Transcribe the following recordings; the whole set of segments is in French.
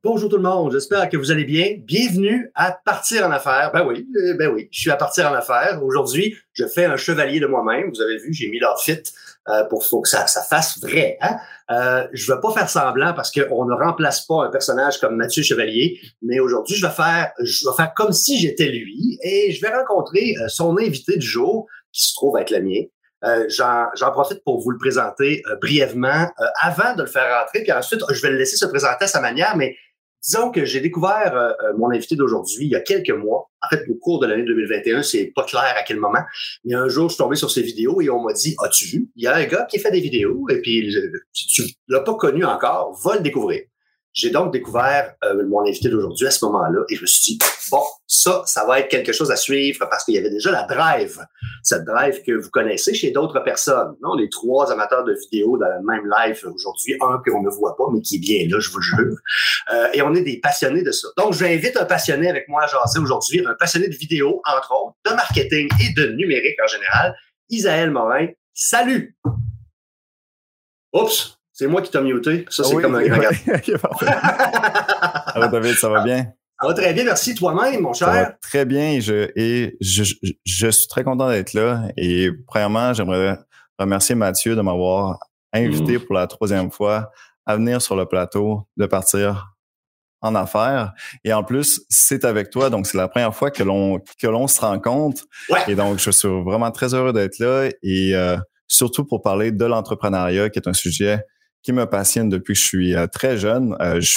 Bonjour tout le monde, j'espère que vous allez bien. Bienvenue à Partir en affaires. Ben oui, je suis à Partir en affaires. Aujourd'hui, je fais un chevalier de moi-même. Vous avez vu, j'ai mis l'outfit faut que ça fasse vrai. Hein? Je vais pas faire semblant parce qu'on ne remplace pas un personnage comme Mathieu Chevalier, mais aujourd'hui, je vais faire comme si j'étais lui et je vais rencontrer son invité du jour qui se trouve être le mien. J'en profite pour vous le présenter brièvement avant de le faire rentrer, puis ensuite, je vais le laisser se présenter à sa manière, mais disons que j'ai découvert mon invité d'aujourd'hui il y a quelques mois. En fait, au cours de l'année 2021, c'est pas clair à quel moment. Mais un jour, je suis tombé sur ses vidéos et on m'a dit, as-tu vu? Il y a un gars qui fait des vidéos et puis si tu l'as pas connu encore, va le découvrir. J'ai donc découvert mon invité d'aujourd'hui à ce moment-là et je me suis dit, bon, ça va être quelque chose à suivre parce qu'il y avait déjà la drive. Cette drive que vous connaissez chez d'autres personnes. Non, les trois amateurs de vidéos dans le même live aujourd'hui, un qu'on ne voit pas, mais qui est bien là, je vous le jure. Et on est des passionnés de ça. Donc, j'invite un passionné avec moi à jaser aujourd'hui, un passionné de vidéo, entre autres, de marketing et de numérique en général, Isaël Morin. Salut! Oups! C'est moi qui t'ai muté. Ça, c'est comme un grand Alors, David, ça va bien? Ça va très bien, merci. Toi-même, mon cher? Ça va très bien et je suis très content d'être là. Et premièrement, j'aimerais remercier Mathieu de m'avoir invité pour la 3e fois à venir sur le plateau de Partir en affaires. Et en plus, c'est avec toi, donc c'est la première fois que l'on se rencontre. Ouais. Et donc, je suis vraiment très heureux d'être là et surtout pour parler de l'entrepreneuriat, qui est un sujet qui me passionne depuis que je suis très jeune.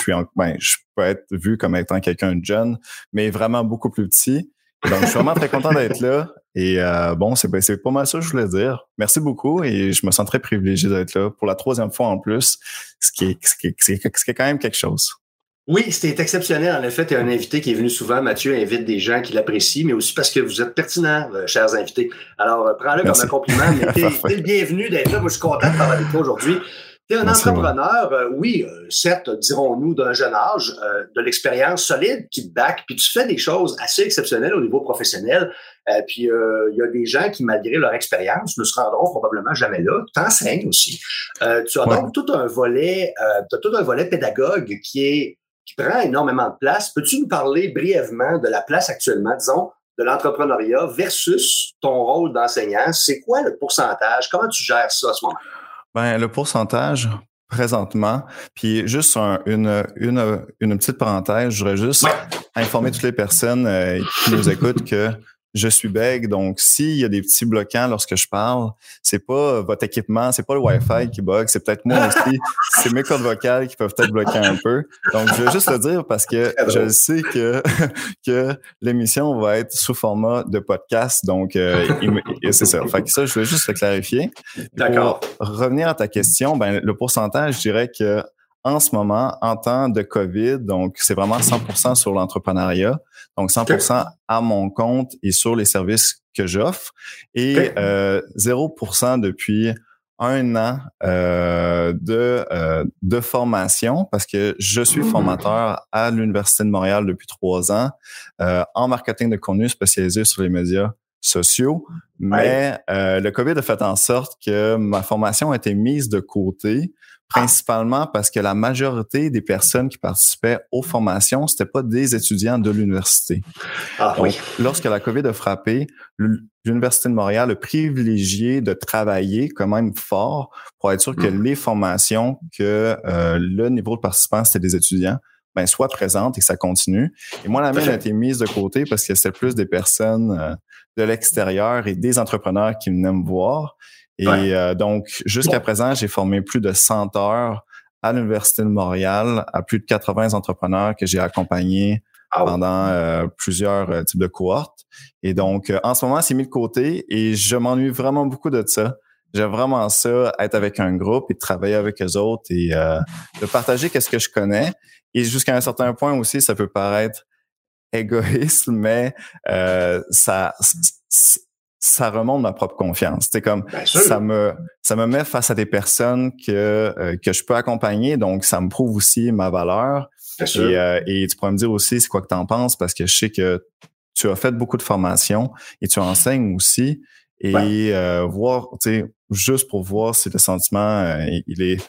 Je peux être vu comme étant quelqu'un de jeune, mais vraiment beaucoup plus petit. Donc, je suis vraiment très content d'être là. Et c'est pas mal ça que je voulais dire. Merci beaucoup et je me sens très privilégié d'être là pour la 3e fois en plus, ce qui est quand même quelque chose. Oui, c'était exceptionnel. En effet, tu es un invité qui est venu souvent. Mathieu invite des gens qui l'apprécient, mais aussi parce que vous êtes pertinents, chers invités. Alors, prends-le comme un compliment, mais t'es le bienvenu d'être là. Moi, je suis content de parler avec toi aujourd'hui. Tu es un entrepreneur, certes, dirons-nous, d'un jeune âge, de l'expérience solide qui te back, puis tu fais des choses assez exceptionnelles au niveau professionnel. Puis il y a des gens qui, malgré leur expérience, ne se rendront probablement jamais là. Tu enseignes aussi. Tu as donc tout un volet pédagogue qui prend énormément de place. Peux-tu nous parler brièvement de la place actuellement, disons, de l'entrepreneuriat versus ton rôle d'enseignant? C'est quoi le pourcentage? Comment tu gères ça à ce moment-là? Ben, le pourcentage, présentement, puis juste une petite parenthèse, je voudrais juste informer toutes les personnes qui nous écoutent que je suis bègue, donc s'il y a des petits bloquants lorsque je parle, c'est pas votre équipement, c'est pas le Wi-Fi qui bug, c'est peut-être moi aussi, c'est mes cordes vocales qui peuvent peut-être bloquer un peu. Donc, je veux juste le dire parce que je sais que l'émission va être sous format de podcast, donc c'est ça. Fait que ça, je voulais juste le clarifier. D'accord. Pour revenir à ta question, ben le pourcentage, je dirais que en ce moment, en temps de COVID, donc c'est vraiment 100% sur l'entrepreneuriat, donc 100% à mon compte et sur les services que j'offre, et 0% depuis 1 an de formation, parce que je suis formateur à l'Université de Montréal depuis 3 ans en marketing de contenu spécialisé sur les médias sociaux, mais le COVID a fait en sorte que ma formation a été mise de côté, principalement parce que la majorité des personnes qui participaient aux formations, c'était pas des étudiants de l'université. Donc, lorsque la COVID a frappé, l'Université de Montréal a privilégié de travailler quand même fort pour être sûr que les formations, que le niveau de participants, c'était des étudiants, ben, soient présentes et que ça continue. Et moi, la mienne a été mise de côté parce que c'était plus des personnes de l'extérieur et des entrepreneurs qui venaient me voir. Et donc, jusqu'à présent, j'ai formé plus de 100 heures à l'Université de Montréal, à plus de 80 entrepreneurs que j'ai accompagnés pendant plusieurs types de cohortes. Et donc, en ce moment, c'est mis de côté et je m'ennuie vraiment beaucoup de ça. J'aime vraiment ça, être avec un groupe et de travailler avec eux autres et de partager qu'est-ce que je connais. Et jusqu'à un certain point aussi, ça peut paraître égoïste, mais ça remonte ma propre confiance. C'est comme ça me met face à des personnes que je peux accompagner, donc ça me prouve aussi ma valeur. Et tu pourrais me dire aussi c'est quoi que tu en penses parce que je sais que tu as fait beaucoup de formations et tu enseignes aussi et voir, tu sais, juste pour voir si le sentiment il est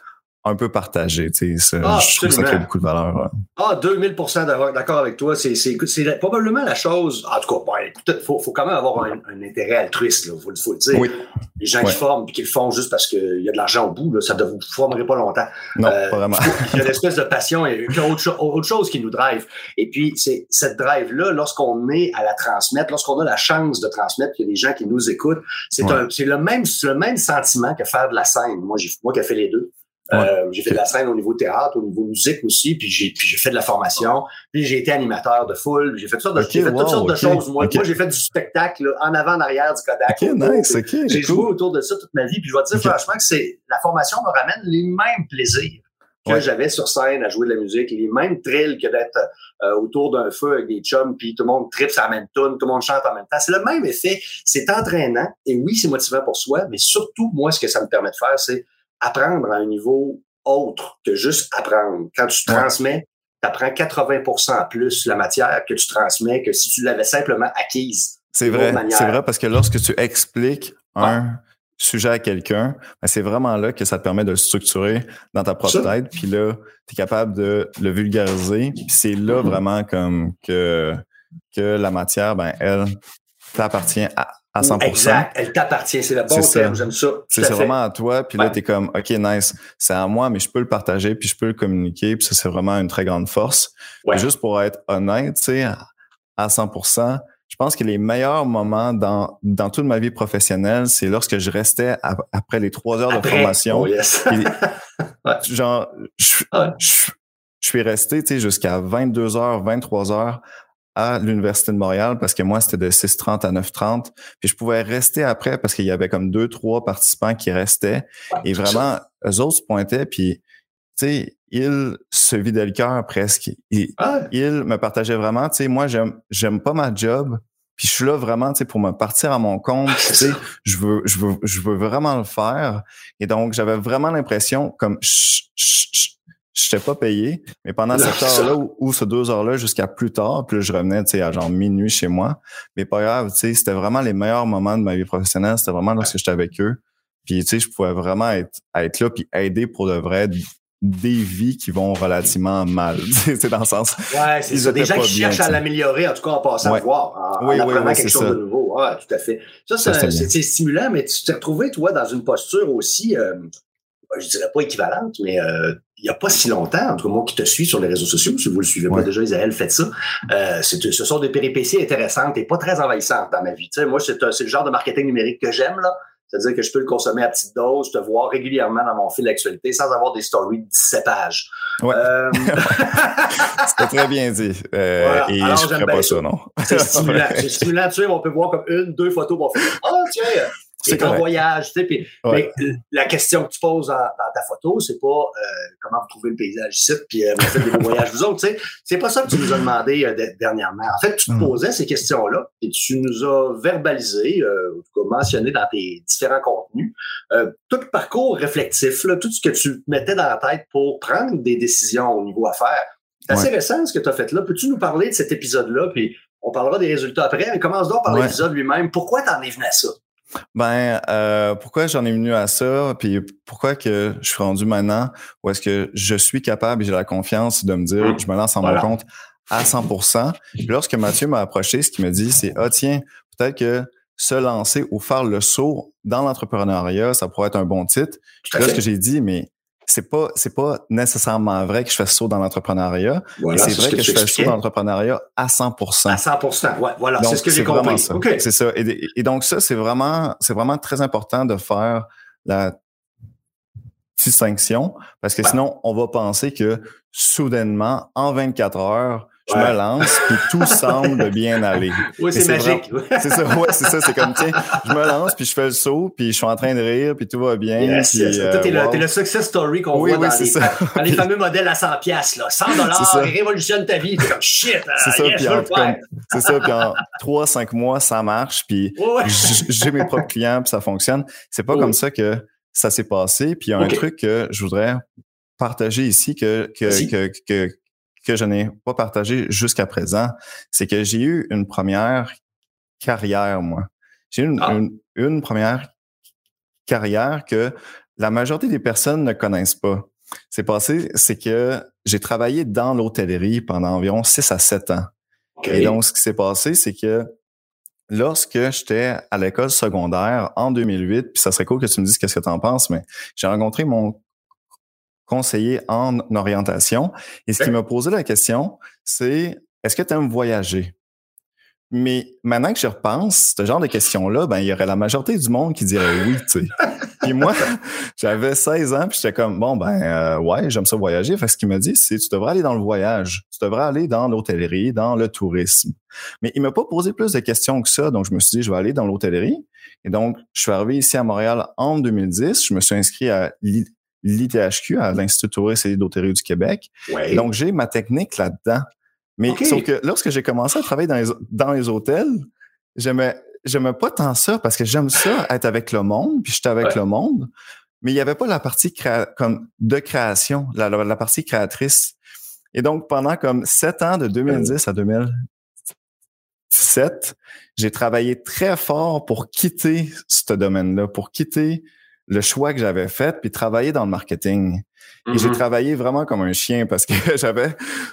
un peu partagé. Tu sais, je trouve absolument. ça qui a beaucoup de valeur. 2000% d'accord avec toi. C'est probablement la chose. En tout cas, bon, écoute, faut quand même avoir un intérêt altruiste, là, faut le dire. Oui. Les gens qui forment puis qui le font juste parce qu'il y a de l'argent au bout, là, ça ne vous formerait pas longtemps. Non, pas vraiment. Il y a une espèce de passion et autre chose qui nous drive. Et puis, c'est cette drive-là, lorsqu'on est à la transmettre, lorsqu'on a la chance de transmettre, qu'il y a des gens qui nous écoutent, c'est le même sentiment que faire de la scène. Moi qui ai fait les deux. J'ai fait de la scène au niveau théâtre, au niveau musique aussi, puis j'ai fait de la formation, puis j'ai été animateur de foule, j'ai fait toutes sortes de choses. Moi, j'ai fait du spectacle là, en avant, en arrière du Kodak. J'ai joué autour de ça toute ma vie, puis je vais te dire franchement que la formation me ramène les mêmes plaisirs que j'avais sur scène à jouer de la musique, les mêmes thrills que d'être autour d'un feu avec des chums, puis tout le monde tripe sur la même tune, tout le monde chante en même temps. C'est le même effet, c'est entraînant, et oui, c'est motivant pour soi, mais surtout, moi, ce que ça me permet de faire, c'est apprendre à un niveau autre que juste apprendre. Quand tu transmets, tu apprends 80% plus la matière que tu transmets que si tu l'avais simplement acquise. C'est vrai parce que lorsque tu expliques un sujet à quelqu'un, ben c'est vraiment là que ça te permet de le structurer dans ta propre tête, puis là, tu es capable de le vulgariser, puis c'est là vraiment comme que la matière, ben elle t'appartient à 100%. Exact, elle t'appartient, c'est le bon terme, j'aime ça. C'est vraiment à toi, puis là, t'es comme, OK, nice, c'est à moi, mais je peux le partager, puis je peux le communiquer, puis ça, c'est vraiment une très grande force. Juste pour être honnête, tu sais, à 100%, je pense que les meilleurs moments dans toute ma vie professionnelle, c'est lorsque je restais après les 3 heures de formation. Genre, je suis resté, tu sais, jusqu'à 22h, 23h à l'Université de Montréal parce que moi, c'était de 6h30 à 9h30. Puis je pouvais rester après parce qu'il y avait comme 2-3 participants qui restaient. Et vraiment, eux autres se pointaient, puis tu sais, ils se vidaient le cœur presque. Ils me partageaient vraiment, tu sais, moi, j'aime pas ma job. Puis je suis là vraiment, tu sais, pour me partir à mon compte. Tu sais, je veux vraiment le faire. Et donc, j'avais vraiment l'impression comme je n'étais pas payé, mais pendant cette heure-là ou ces 2 heures-là jusqu'à plus tard, puis là, je revenais, tu sais, à genre minuit chez moi. Mais pas grave, tu sais, c'était vraiment les meilleurs moments de ma vie professionnelle. C'était vraiment lorsque j'étais avec eux. Puis, tu sais, je pouvais vraiment être là puis aider pour de vrai des vies qui vont relativement mal. C'est dans le sens. Ouais, c'est ça. Des gens qui cherchent à l'améliorer, en tout cas, en passant à voir, en apprenant quelque chose de nouveau. Ouais, tout à fait. Ça, c'est stimulant, mais tu t'es retrouvé, toi, dans une posture aussi, je dirais pas équivalente, mais il y a pas si longtemps, en tout cas moi qui te suis sur les réseaux sociaux, si vous le suivez pas déjà, Isaël, faites ça. Ce sont des péripéties intéressantes et pas très envahissantes dans ma vie. Tu sais, moi, c'est le genre de marketing numérique que j'aime, là. C'est-à-dire que je peux le consommer à petite dose, te voir régulièrement dans mon fil d'actualité sans avoir des stories de 17 pages. Ouais. C'était très bien dit. Voilà. Et alors, je ferais pas ça, non? C'est stimulant. C'est stimulant. Tu sais, on peut voir comme 1-2 photos pour faire « Ah, tiens! » C'est en voyage, tu sais, puis mais la question que tu poses dans ta photo, c'est pas comment vous trouvez le paysage ici, puis vous faites des beaux voyages vous autres, tu sais. C'est pas ça que tu nous as demandé dernièrement. En fait, tu te posais ces questions-là et tu nous as verbalisé, en tout cas mentionné dans tes différents contenus, tout le parcours réflexif, là, tout ce que tu mettais dans la tête pour prendre des décisions au niveau affaires. C'est assez récent ce que tu as fait là. Peux-tu nous parler de cet épisode-là, puis on parlera des résultats après, mais commence donc par l'épisode lui-même. Pourquoi t'en es venu à ça? Ben, pourquoi j'en ai venu à ça, puis pourquoi que je suis rendu maintenant où est-ce que je suis capable et j'ai la confiance de me dire je me lance en mon compte à 100%. Puis lorsque Mathieu m'a approché, ce qu'il me dit, c'est tiens, peut-être que se lancer ou faire le saut dans l'entrepreneuriat, ça pourrait être un bon titre. Puis là, ce que j'ai dit, mais c'est pas nécessairement vrai que je fais ce saut dans l'entrepreneuriat. Voilà, et c'est vrai que je fais le saut dans l'entrepreneuriat à 100%. À 100%, ouais, voilà, donc, c'est ce que j'ai compris. Okay. C'est ça. Et donc ça, c'est vraiment très important de faire la distinction parce que sinon, on va penser que soudainement, en 24 heures, je me lance, puis tout semble bien aller. Oui, c'est magique. C'est ça. C'est comme, tiens, je me lance, puis je fais le saut, puis je suis en train de rire, puis tout va bien. Yes, puis, t'es le success story qu'on voit dans les fameux modèles à 100$, là. $100, révolutionne ta vie. T'es comme shit. C'est ça, puis en 3-5 mois, ça marche, puis j'ai mes propres clients, puis ça fonctionne. C'est pas comme ça que ça s'est passé. Puis il y a un truc que je voudrais partager ici que je n'ai pas partagé jusqu'à présent, c'est que j'ai eu une première carrière, moi. J'ai eu une première carrière que la majorité des personnes ne connaissent pas. s'est passé, c'est que j'ai travaillé dans l'hôtellerie pendant environ 6 à 7 ans. Okay. Et donc, ce qui s'est passé, c'est que lorsque j'étais à l'école secondaire en 2008, puis ça serait cool que tu me dises qu'est-ce que tu en penses, mais j'ai rencontré mon conseiller en orientation et ce qui m'a posé la question, c'est est-ce que tu aimes voyager? Mais maintenant que je repense, ce genre de questions-là, ben, il y aurait la majorité du monde qui dirait oui, tu sais. Puis moi, j'avais 16 ans, puis j'étais comme, bon, ouais, j'aime ça voyager. Fait que ce qu'il m'a dit, c'est, tu devrais aller dans le voyage. Tu devrais aller dans l'hôtellerie, dans le tourisme. Mais il m'a pas posé plus de questions que ça, donc je me suis dit, je vais aller dans l'hôtellerie. Et donc, je suis arrivé ici à Montréal en 2010. Je me suis inscrit à l'ITHQ, à l'Institut touriste et d'hôtellerie du Québec. Ouais. Et donc, j'ai ma technique là-dedans. Mais sauf que lorsque j'ai commencé à travailler dans les hôtels, j'aimais pas tant ça parce que j'aime ça être avec le monde, puis j'étais avec le monde, mais il y avait pas la partie comme de création, la partie créatrice. Et donc pendant comme 7 ans de 2010 à 2017, j'ai travaillé très fort pour quitter ce domaine-là, pour quitter le choix que j'avais fait puis travailler dans le marketing. Et j'ai travaillé vraiment comme un chien parce que j'avais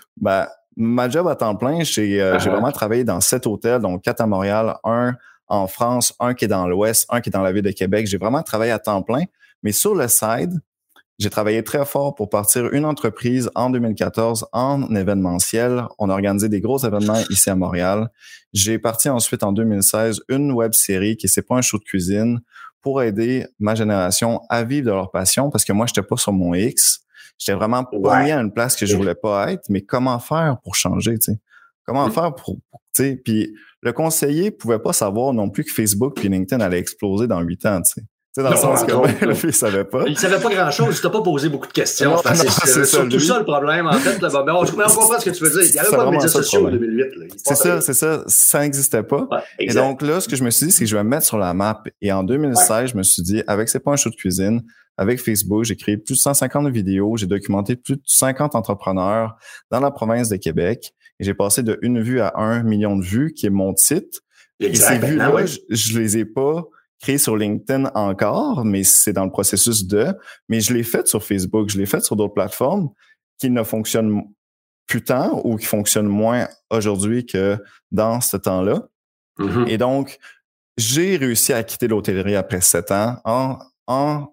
ma job à temps plein, j'ai vraiment travaillé dans 7 hôtels, donc 4 à Montréal, 1 en France, 1 qui est dans l'Ouest, 1 qui est dans la ville de Québec. J'ai vraiment travaillé à temps plein. Mais sur le side, j'ai travaillé très fort pour partir une entreprise en 2014 en événementiel. On a organisé des gros événements ici à Montréal. J'ai parti ensuite en 2016 une web série qui c'est pas un show de cuisine pour aider ma génération à vivre de leur passion parce que moi, j'étais pas sur mon X. J'étais vraiment pas mis à une place que je voulais pas être, mais comment faire pour changer, tu sais? Comment faire pour tu sais? Puis le conseiller pouvait pas savoir non plus que Facebook puis LinkedIn allaient exploser dans 8 ans, tu sais. Tu sais, dans le sens que lui, il savait pas. Il savait pas grand-chose, il t'a pas posé beaucoup de questions. Non, c'est surtout ça le problème, en fait. Là, mais on comprend ce que tu veux dire. Il y avait pas de médias sociaux en 2008. C'est ça. Ça n'existait pas. Ouais, et donc là, ce que je me suis dit, c'est que je vais me mettre sur la map. Et en 2016, je me suis dit, avec C'est pas un show de cuisine, avec Facebook, j'ai créé plus de 150 vidéos, j'ai documenté plus de 50 entrepreneurs dans la province de Québec. Et j'ai passé de 1 vue à 1 million de vues, qui est mon titre. Exactement, et ces vues-là, je les ai pas créées sur LinkedIn encore, mais c'est dans le processus mais je l'ai fait sur Facebook, je l'ai fait sur d'autres plateformes qui ne fonctionnent plus tant ou qui fonctionnent moins aujourd'hui que dans ce temps-là. Et donc, j'ai réussi à quitter l'hôtellerie après 7 ans en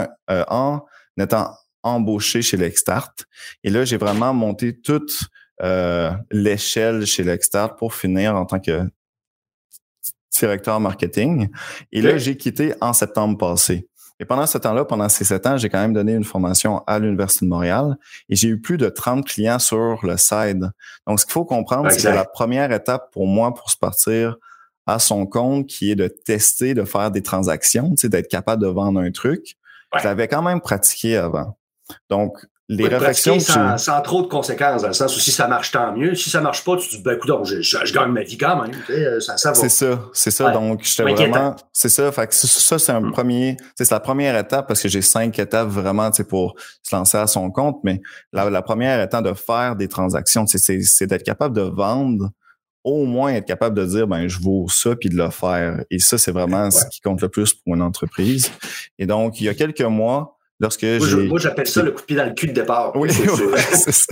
étant embauché chez Lexstart. Et là, j'ai vraiment monté toute l'échelle chez Lexstart pour finir en tant que directeur marketing. Et là, j'ai quitté en septembre passé. Et pendant ce temps-là, pendant ces 7 ans, j'ai quand même donné une formation à l'Université de Montréal et j'ai eu plus de 30 clients sur le side. Donc, ce qu'il faut comprendre, c'est que la première étape pour moi pour se partir à son compte, qui est de tester, de faire des transactions, tu sais, d'être capable de vendre un truc, je l'avais quand même pratiqué avant. Donc, les réflexions sans trop de conséquences, dans le sens où si ça marche, tant mieux. Si ça marche pas, tu te dis, écoute, je gagne ma vie quand même. Ça va. C'est ça. Ouais. Donc, j'étais vraiment... C'est ça. Fait que ça, c'est un premier... C'est la première étape parce que j'ai 5 étapes vraiment, tu sais, pour se lancer à son compte. Mais la première étant de faire des transactions, c'est d'être capable de vendre, au moins être capable de dire, je vaux ça puis de le faire. Et ça, c'est vraiment ce qui compte le plus pour une entreprise. Et donc, il y a quelques mois, moi, j'appelle ça le coup de pied dans le cul de départ. Oui, c'est ça.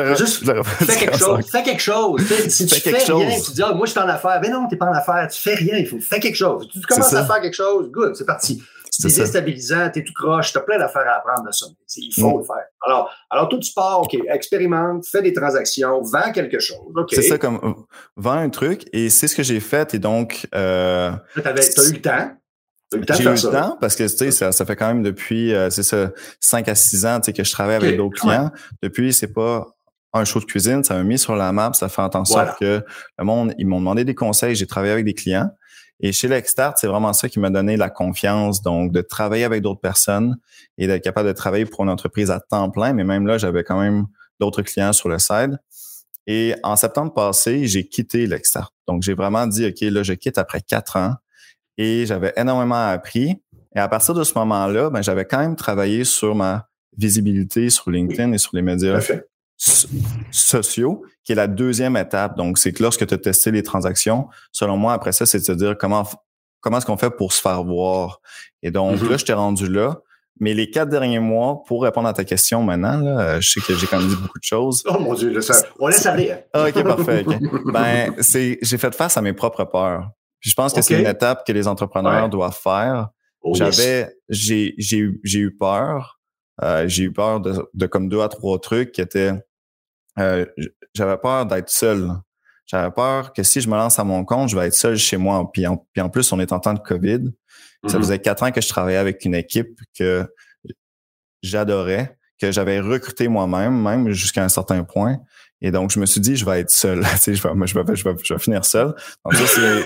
Fais quelque chose. Si tu fais rien, tu dis, moi, je suis en affaires. Mais non, t'es pas en affaires. Tu fais rien. Fais quelque chose. Tu commences à faire quelque chose. Good, c'est parti. C'est déstabilisant. T'es tout croche. T'as plein d'affaires à apprendre de ça. Il faut le faire. Alors, toi, tu pars, OK, expérimente, fais des transactions, vends quelque chose. Okay. C'est ça, comme, vends un truc. Et c'est ce que j'ai fait. Et donc, t'as eu le temps. J'ai eu le temps parce que tu sais ça fait quand même depuis 5 à 6 ans, tu sais, que je travaille avec d'autres clients. Depuis, c'est pas un show de cuisine, ça m'a mis sur la map, ça fait en sorte que le monde, ils m'ont demandé des conseils, j'ai travaillé avec des clients. Et chez Lexstart, c'est vraiment ça qui m'a donné la confiance, donc de travailler avec d'autres personnes et d'être capable de travailler pour une entreprise à temps plein. Mais même là, j'avais quand même d'autres clients sur le side. Et en septembre passé, j'ai quitté Lexstart. Donc, j'ai vraiment dit, OK, là, je quitte après 4 ans. Et j'avais énormément appris. Et à partir de ce moment-là, j'avais quand même travaillé sur ma visibilité sur LinkedIn et sur les médias sociaux, qui est la deuxième étape. Donc, c'est que lorsque tu as testé les transactions, selon moi, après ça, c'est de se dire comment est-ce qu'on fait pour se faire voir. Et donc, là, je t'ai rendu là. Mais les 4 derniers mois, pour répondre à ta question maintenant, là, je sais que j'ai quand même dit beaucoup de choses. Oh mon Dieu, là, on laisse aller. Hein. Ah, OK, parfait. Okay. Ben, j'ai fait face à mes propres peurs. Puis je pense que c'est une étape que les entrepreneurs doivent faire. Oh, j'ai eu peur. J'ai eu peur de comme 2 à 3 trucs qui étaient... j'avais peur d'être seul. J'avais peur que si je me lance à mon compte, je vais être seul chez moi. Puis en plus, on est en temps de COVID. Ça faisait 4 ans que je travaillais avec une équipe que j'adorais, que j'avais recruté moi-même, même jusqu'à un certain point. Et donc, je me suis dit, je vais être seul. Tu sais, je vais finir seul. Donc,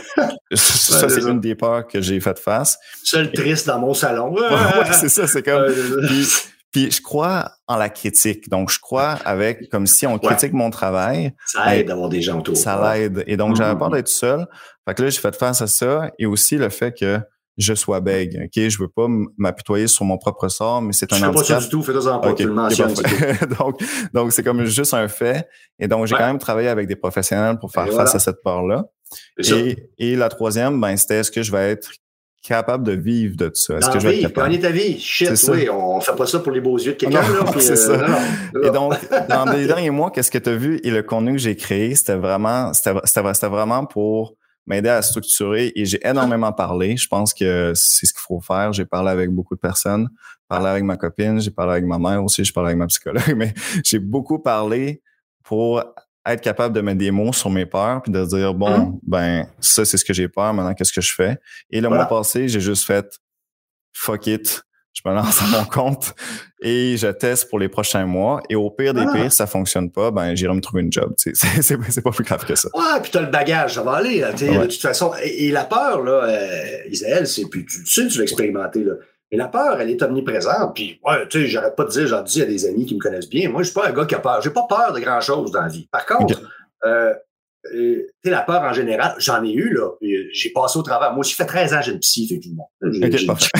ça, c'est une des peurs que j'ai fait face. Seul triste dans mon salon. Ouais, c'est ça. C'est comme... Puis je crois en la critique. Donc, je crois avec, comme si on critique mon travail. Ça aide d'avoir des gens autour. Ça l'aide. Et donc, j'avais peur d'être seul. Fait que là, j'ai fait face à ça. Et aussi le fait que je sois bègue. OK? Je veux pas m'apitoyer sur mon propre sort, mais c'est un handicap. Je fais pas ça du tout. Fais-toi-en pas. Tu le mentionnes. donc, c'est comme juste un fait. Et donc, j'ai quand même travaillé avec des professionnels pour faire face à cette peur-là. Et la troisième, ben, c'était est-ce que je vais être capable de vivre de ça? Est-ce que je vais être capable? Gagner ta vie. Shit, oui. On fait pas ça pour les beaux yeux de quelqu'un, là. Puis, c'est ça. Non. Et donc, dans les derniers mois, qu'est-ce que tu as vu et le contenu que j'ai créé, c'était vraiment pour m'aider à structurer et j'ai énormément parlé. Je pense que c'est ce qu'il faut faire. J'ai parlé avec beaucoup de personnes, parlé avec ma copine, j'ai parlé avec ma mère aussi, j'ai parlé avec ma psychologue, mais j'ai beaucoup parlé pour être capable de mettre des mots sur mes peurs puis de dire, bon, ben, ça, c'est ce que j'ai peur. Maintenant, qu'est-ce que je fais? Et le mois passé, j'ai juste fait fuck it. Je me lance à mon compte et je teste pour les prochains mois. Et au pire des pires, ça fonctionne pas, ben j'irai me trouver une job. C'est pas plus grave que ça. Ouais, puis t'as le bagage, ça va aller. Là, de toute façon. Et la peur, là, Isaël, c'est puis tu sais, tu l'as expérimenté, là. Mais la peur, elle est omniprésente. Puis, ouais, tu sais, j'arrête pas de dire, j'en dis à des amis qui me connaissent bien. Moi, je suis pas un gars qui a peur. J'ai pas peur de grand-chose dans la vie. Par contre, tu sais, la peur en général, j'en ai eu, là. J'ai passé au travers. Moi aussi, fait 13 ans, j'ai une psy, fait tout le monde.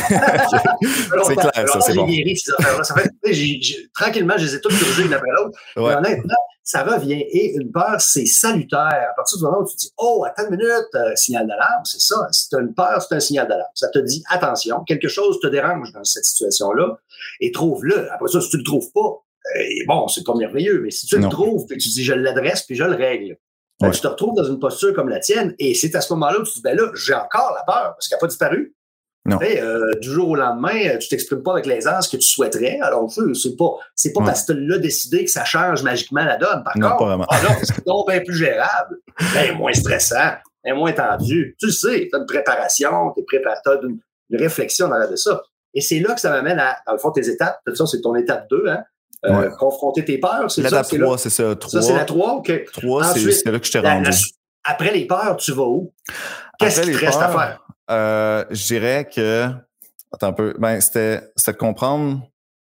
C'est clair, ça, c'est bon. J'ai guéri ces affaires-là. Ça fait, tranquillement, je les ai toutes purgées l'une après l'autre. Ouais. Honnêtement, ça revient. Et une peur, c'est salutaire. À partir du moment où tu dis, oh, attends une minute, signal d'alarme, c'est ça. Si tu as une peur, c'est un signal d'alarme. Ça te dit, attention, quelque chose te dérange dans cette situation-là et trouve-le. Après ça, si tu le trouves pas, bon, c'est pas merveilleux, mais si tu le trouves, puis tu dis, je l'adresse, puis je le règle. Ben, tu te retrouves dans une posture comme la tienne et c'est à ce moment-là où tu te dis, ben là, j'ai encore la peur parce qu'elle n'a pas disparu. Non. Du jour au lendemain, tu t'exprimes pas avec l'aisance que tu souhaiterais. Alors, c'est pas parce que tu l'as décidé que ça change magiquement la donne. Par contre, c'est donc bien plus gérable, bien moins stressant, bien moins tendu. Tu le sais, tu as une préparation, t'as une réflexion dans de ça. Et c'est là que ça m'amène à, dans le fond, tes étapes. Ça, c'est ton étape 2, hein? Confronter tes peurs, c'est ça? L'étape 3, c'est ça. 3, ça, c'est la 3, OK. 3, c'est là que je t'ai rendu. Après les peurs, tu vas où? Qu'est-ce qui te reste à faire? Je dirais que... Attends un peu. Ben, c'était de comprendre...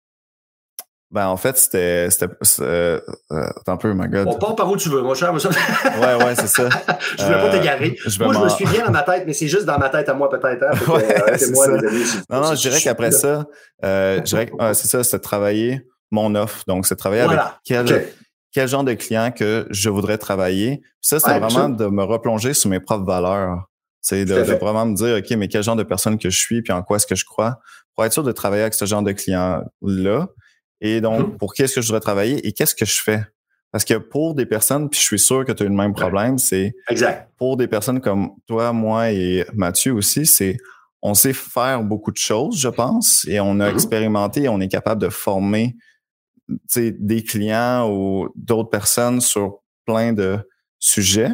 Ben, en fait, c'était attends un peu, my God. On part par où tu veux, mon cher. Ouais, c'est ça. Je voulais pas t'égarer. Moi, je me suis bien dans ma tête, mais c'est juste dans ma tête à moi, peut-être. Hein, c'est moi, les amis. Non, je dirais qu'après ça, c'est ça, c'est de travailler mon offre. Donc, c'est de travailler avec quel genre de client que je voudrais travailler. Puis ça, c'est vraiment de me replonger sur mes propres valeurs. C'est de vraiment me dire, OK, mais quel genre de personne que je suis, puis en quoi est-ce que je crois, pour être sûr de travailler avec ce genre de client-là. Et donc, pour qui est-ce que je voudrais travailler et qu'est-ce que je fais? Parce que pour des personnes, puis je suis sûr que tu as eu le même problème, c'est pour des personnes comme toi, moi et Mathieu aussi, c'est on sait faire beaucoup de choses, je pense, et on a expérimenté et on est capable de former des clients ou d'autres personnes sur plein de sujets.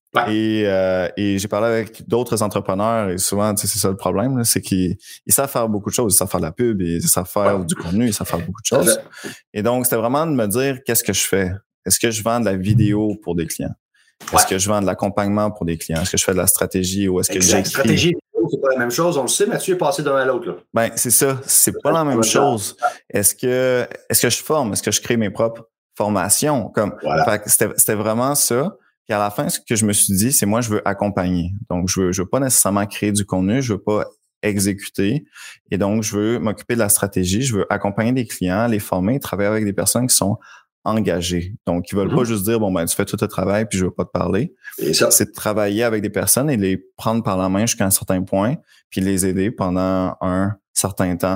Et j'ai parlé avec d'autres entrepreneurs et souvent, c'est ça le problème, là, c'est qu'ils savent faire beaucoup de choses. Ils savent faire de la pub, ils savent faire du contenu, ils savent faire beaucoup de choses. Et donc, c'était vraiment de me dire, qu'est-ce que je fais? Est-ce que je vends de la vidéo pour des clients? Est-ce que je vends de l'accompagnement pour des clients? Est-ce que je fais de la stratégie ou est-ce que j'écris? Stratégie, c'est pas la même chose. On le sait, Mathieu est passé d'un à l'autre, là. Ben, c'est ça. C'est pas la même chose. Est-ce que je forme? Est-ce que je crée mes propres formations? Fait que c'était vraiment ça. Puis à la fin, ce que je me suis dit, c'est moi, je veux accompagner. Donc, je veux pas nécessairement créer du contenu, je veux pas exécuter. Et donc, je veux m'occuper de la stratégie, je veux accompagner des clients, les former, travailler avec des personnes qui sont engagées. Donc, ils veulent pas juste dire, bon, ben, tu fais tout le travail puis je veux pas te parler. C'est de travailler avec des personnes et les prendre par la main jusqu'à un certain point puis les aider pendant un certain temps.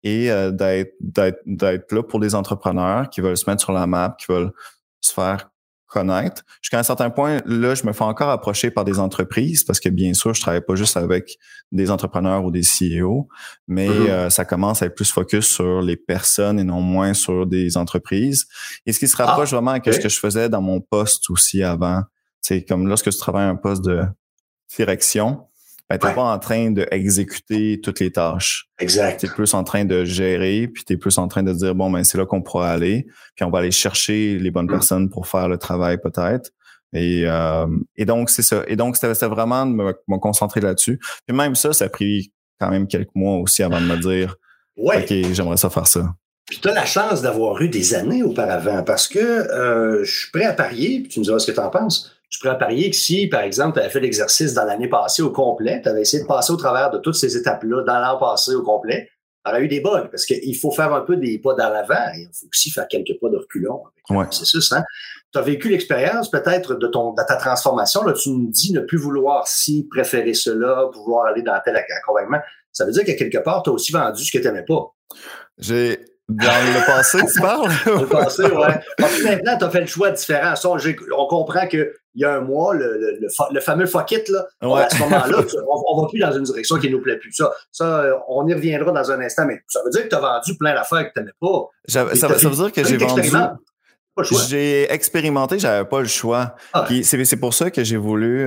et d'être là pour des entrepreneurs qui veulent se mettre sur la map, qui veulent se faire connaître. Jusqu'à un certain point, là, je me fais encore approcher par des entreprises parce que, bien sûr, je travaille pas juste avec des entrepreneurs ou des CEO, mais ça commence à être plus focus sur les personnes et non moins sur des entreprises. Et ce qui se rapproche vraiment avec ce que je faisais dans mon poste aussi avant. C'est comme lorsque tu travailles un poste de direction, ben, t'es pas en train d'exécuter toutes les tâches. Exact. T'es plus en train de gérer, puis t'es plus en train de dire, bon, ben, c'est là qu'on pourra aller, puis on va aller chercher les bonnes personnes pour faire le travail, peut-être. Et donc, c'est ça. Et donc, c'était vraiment de me concentrer là-dessus. Puis même ça a pris quand même quelques mois aussi avant de me dire, OK, j'aimerais ça faire ça. Puis tu as la chance d'avoir eu des années auparavant parce que je suis prêt à parier, puis tu me diras ce que tu en penses. Je suis prêt à parier que si, par exemple, tu avais fait l'exercice dans l'année passée au complet, tu avais essayé de passer au travers de toutes ces étapes-là dans l'an passé au complet, tu aurais eu des bugs parce qu'il faut faire un peu des pas dans l'avant et il faut aussi faire quelques pas de reculons avec le processus. Hein? Tu as vécu l'expérience peut-être de ta transformation. Là, tu nous dis ne plus vouloir ci, préférer cela, pouvoir aller dans tel accompagnement. Ça veut dire que quelque part, tu as aussi vendu ce que tu n'aimais pas. Dans le passé, tu parles? Dans le passé, ouais. Puis maintenant, tu as fait le choix différent. Ça, on comprend qu'il y a un mois, le fameux fuck it, là, à ce moment-là, on va plus dans une direction qui ne nous plaît plus. Ça, on y reviendra dans un instant, mais ça veut dire que tu as vendu plein d'affaires que tu n'aimais pas. Ça veut dire que j'ai vendu... J'ai expérimenté, j'avais pas le choix. Puis c'est pour ça que j'ai voulu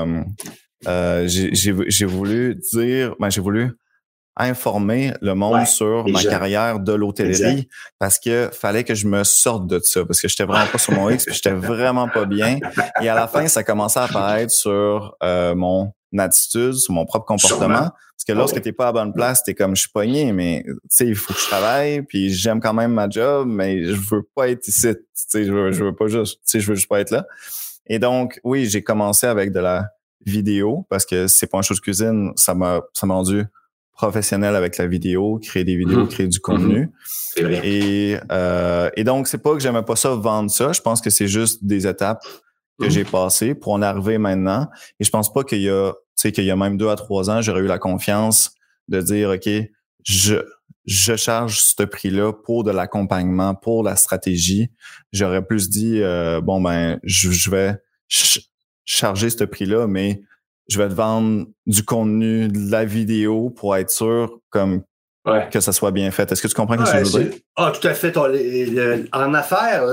j'ai voulu informer le monde sur ma carrière de l'hôtellerie parce que fallait que je me sorte de ça parce que j'étais vraiment pas sur mon X puis j'étais vraiment pas bien et à la fin ça commençait à apparaître sur mon attitude, sur mon propre comportement parce que lorsque t'es pas à la bonne place, t'es comme je suis pogné mais tu sais il faut que je travaille puis j'aime quand même ma job mais je veux pas être ici, tu sais je veux pas juste, tu sais je veux juste pas être là. Et donc oui, j'ai commencé avec de la vidéo parce que c'est pas une chose de cuisine, ça m'a rendu professionnel avec la vidéo, créer des vidéos, créer du contenu. C'est vrai. Et donc, c'est pas que j'aimais pas ça, vendre ça. Je pense que c'est juste des étapes que j'ai passées pour en arriver maintenant. Et je pense pas qu'il y a même 2 à 3 ans, j'aurais eu la confiance de dire, OK, je charge ce prix-là pour de l'accompagnement, pour la stratégie. J'aurais plus dit, bon, ben, je vais charger ce prix-là, mais je vais te vendre du contenu, de la vidéo pour être sûr que ça soit bien fait. Est-ce que tu comprends ce que je veux dire? Tout à fait. En affaires,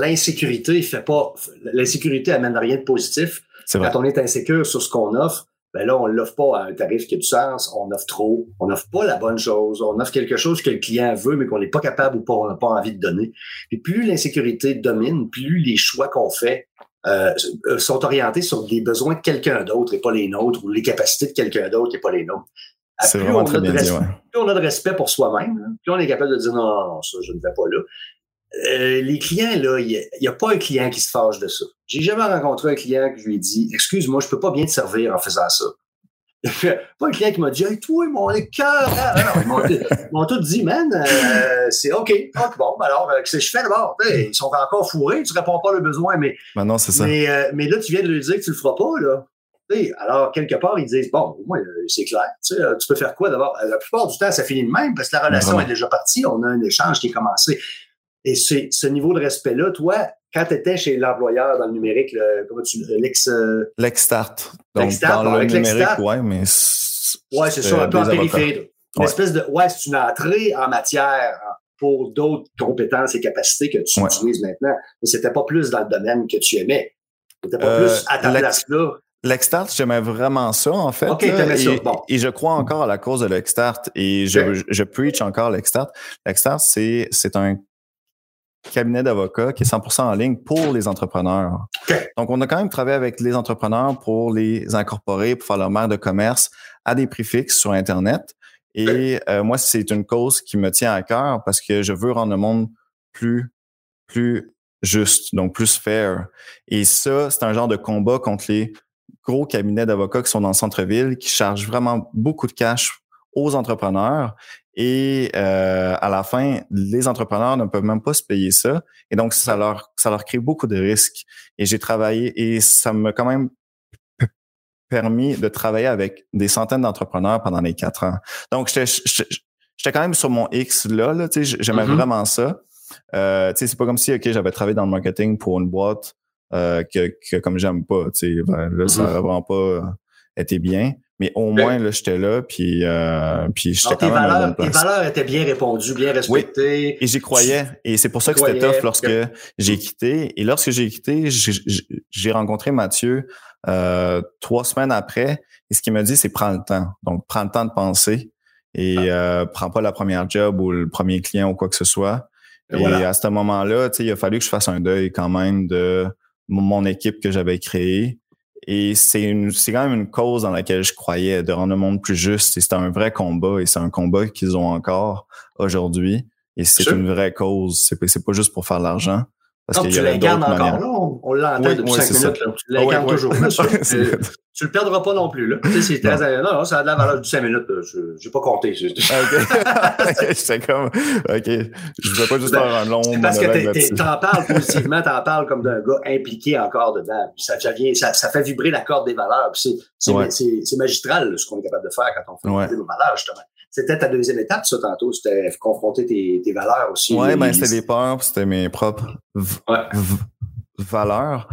l'insécurité amène rien de positif. Quand on est insécure sur ce qu'on offre, ben là, on l'offre pas à un tarif qui a du sens. On offre trop. On n'offre pas la bonne chose. On offre quelque chose que le client veut, mais qu'on n'est pas capable ou pas, on n'a pas envie de donner. Et plus l'insécurité domine, plus les choix qu'on fait sont orientés sur les besoins de quelqu'un d'autre et pas les nôtres, ou les capacités de quelqu'un d'autre et pas les nôtres. C'est vraiment très bien dit, ouais. Plus on a de respect pour soi-même, là, plus on est capable de dire non, ça, je ne vais pas là. Les clients, là, il n'y a pas un client qui se fâche de ça. J'ai jamais rencontré un client que je lui ai dit, excuse-moi, je peux pas bien te servir en faisant ça. Pas un client qui m'a dit, hey, toi, mon cœur, ils m'ont tout dit, man, c'est OK. Bon, alors, qu'est-ce que je fais d'abord? Ils sont encore fourrés, tu réponds pas à leurs besoins, mais. Non, c'est ça. Mais là, tu viens de lui dire que tu le feras pas, là. Alors, quelque part, ils disent, bon, moi, c'est clair. Tu peux faire quoi d'abord? La plupart du temps, ça finit de même parce que la relation est déjà partie. On a un échange qui est commencé. Et c'est ce niveau de respect-là, toi, quand tu étais chez l'employeur dans le numérique, L'ex-Start. Donc, dans le numérique, ouais, mais c'est ça, un peu en périphérie. C'est une entrée en matière pour d'autres compétences et capacités que tu utilises maintenant. Mais c'était pas plus dans le domaine que tu aimais. C'était pas plus à ta place là. L'ex-Start, j'aimais vraiment ça, en fait. OK, t'aimais ça. Bon. Et je crois encore à la cause de l'ex-Start et je preach encore l'ex-Start. L'ex-Start, c'est un cabinet d'avocats qui est 100% en ligne pour les entrepreneurs. Okay. Donc, on a quand même travaillé avec les entrepreneurs pour les incorporer, pour faire leur mère de commerce à des prix fixes sur Internet. Et moi, c'est une cause qui me tient à cœur parce que je veux rendre le monde plus juste, donc plus fair. Et ça, c'est un genre de combat contre les gros cabinets d'avocats qui sont dans le centre-ville, qui chargent vraiment beaucoup de cash aux entrepreneurs. Et à la fin, les entrepreneurs ne peuvent même pas se payer ça. Et donc, ça leur crée beaucoup de risques. Et j'ai travaillé, et ça m'a quand même permis de travailler avec des centaines d'entrepreneurs pendant les 4 ans. Donc, j'étais quand même sur mon X là, tu sais, j'aimais vraiment ça. Tu sais, c'est pas comme si, OK, j'avais travaillé dans le marketing pour une boîte que comme j'aime pas, tu sais, ben, là, ça aurait vraiment pas été bien. Mais au moins, là, j'étais là, puis j'étais quand même à la bonne place. Tes valeurs étaient bien répondues, bien respectées. Oui, et j'y croyais. Et c'est pour ça que c'était tough lorsque j'ai quitté. Et lorsque j'ai quitté, j'ai rencontré Mathieu 3 semaines après. Et ce qu'il m'a dit, c'est prends le temps. Donc, prends le temps de penser et prends pas la première job ou le premier client ou quoi que ce soit. Et à ce moment-là, tu sais, il a fallu que je fasse un deuil quand même de mon équipe que j'avais créée. Et c'est quand même une cause dans laquelle je croyais, de rendre le monde plus juste. Et c'était un vrai combat. Et c'est un combat qu'ils ont encore aujourd'hui. Et c'est une vraie cause. C'est pas juste pour faire de l'argent. Parce non, qu'il tu l'incarnes encore, là. On l'entend depuis 5 minutes, là. Tu l'incarnes toujours, là. Tu le perdras pas non plus, là. Tu sais, c'est très, non, ça a de la valeur du 5 minutes, là. J'ai pas compté. OK. J'étais comme, OK. Je voulais pas juste faire un long monologue. Parce que t'en parles positivement, t'en parles comme d'un gars impliqué encore dedans. Puis ça fait vibrer la corde des valeurs. Puis c'est magistral, là, ce qu'on est capable de faire quand on fait vibrer nos valeurs, justement. C'était ta deuxième étape, ça, tantôt. C'était confronter tes valeurs aussi. Ouais, ben, c'était des peurs, c'était mes propres valeurs.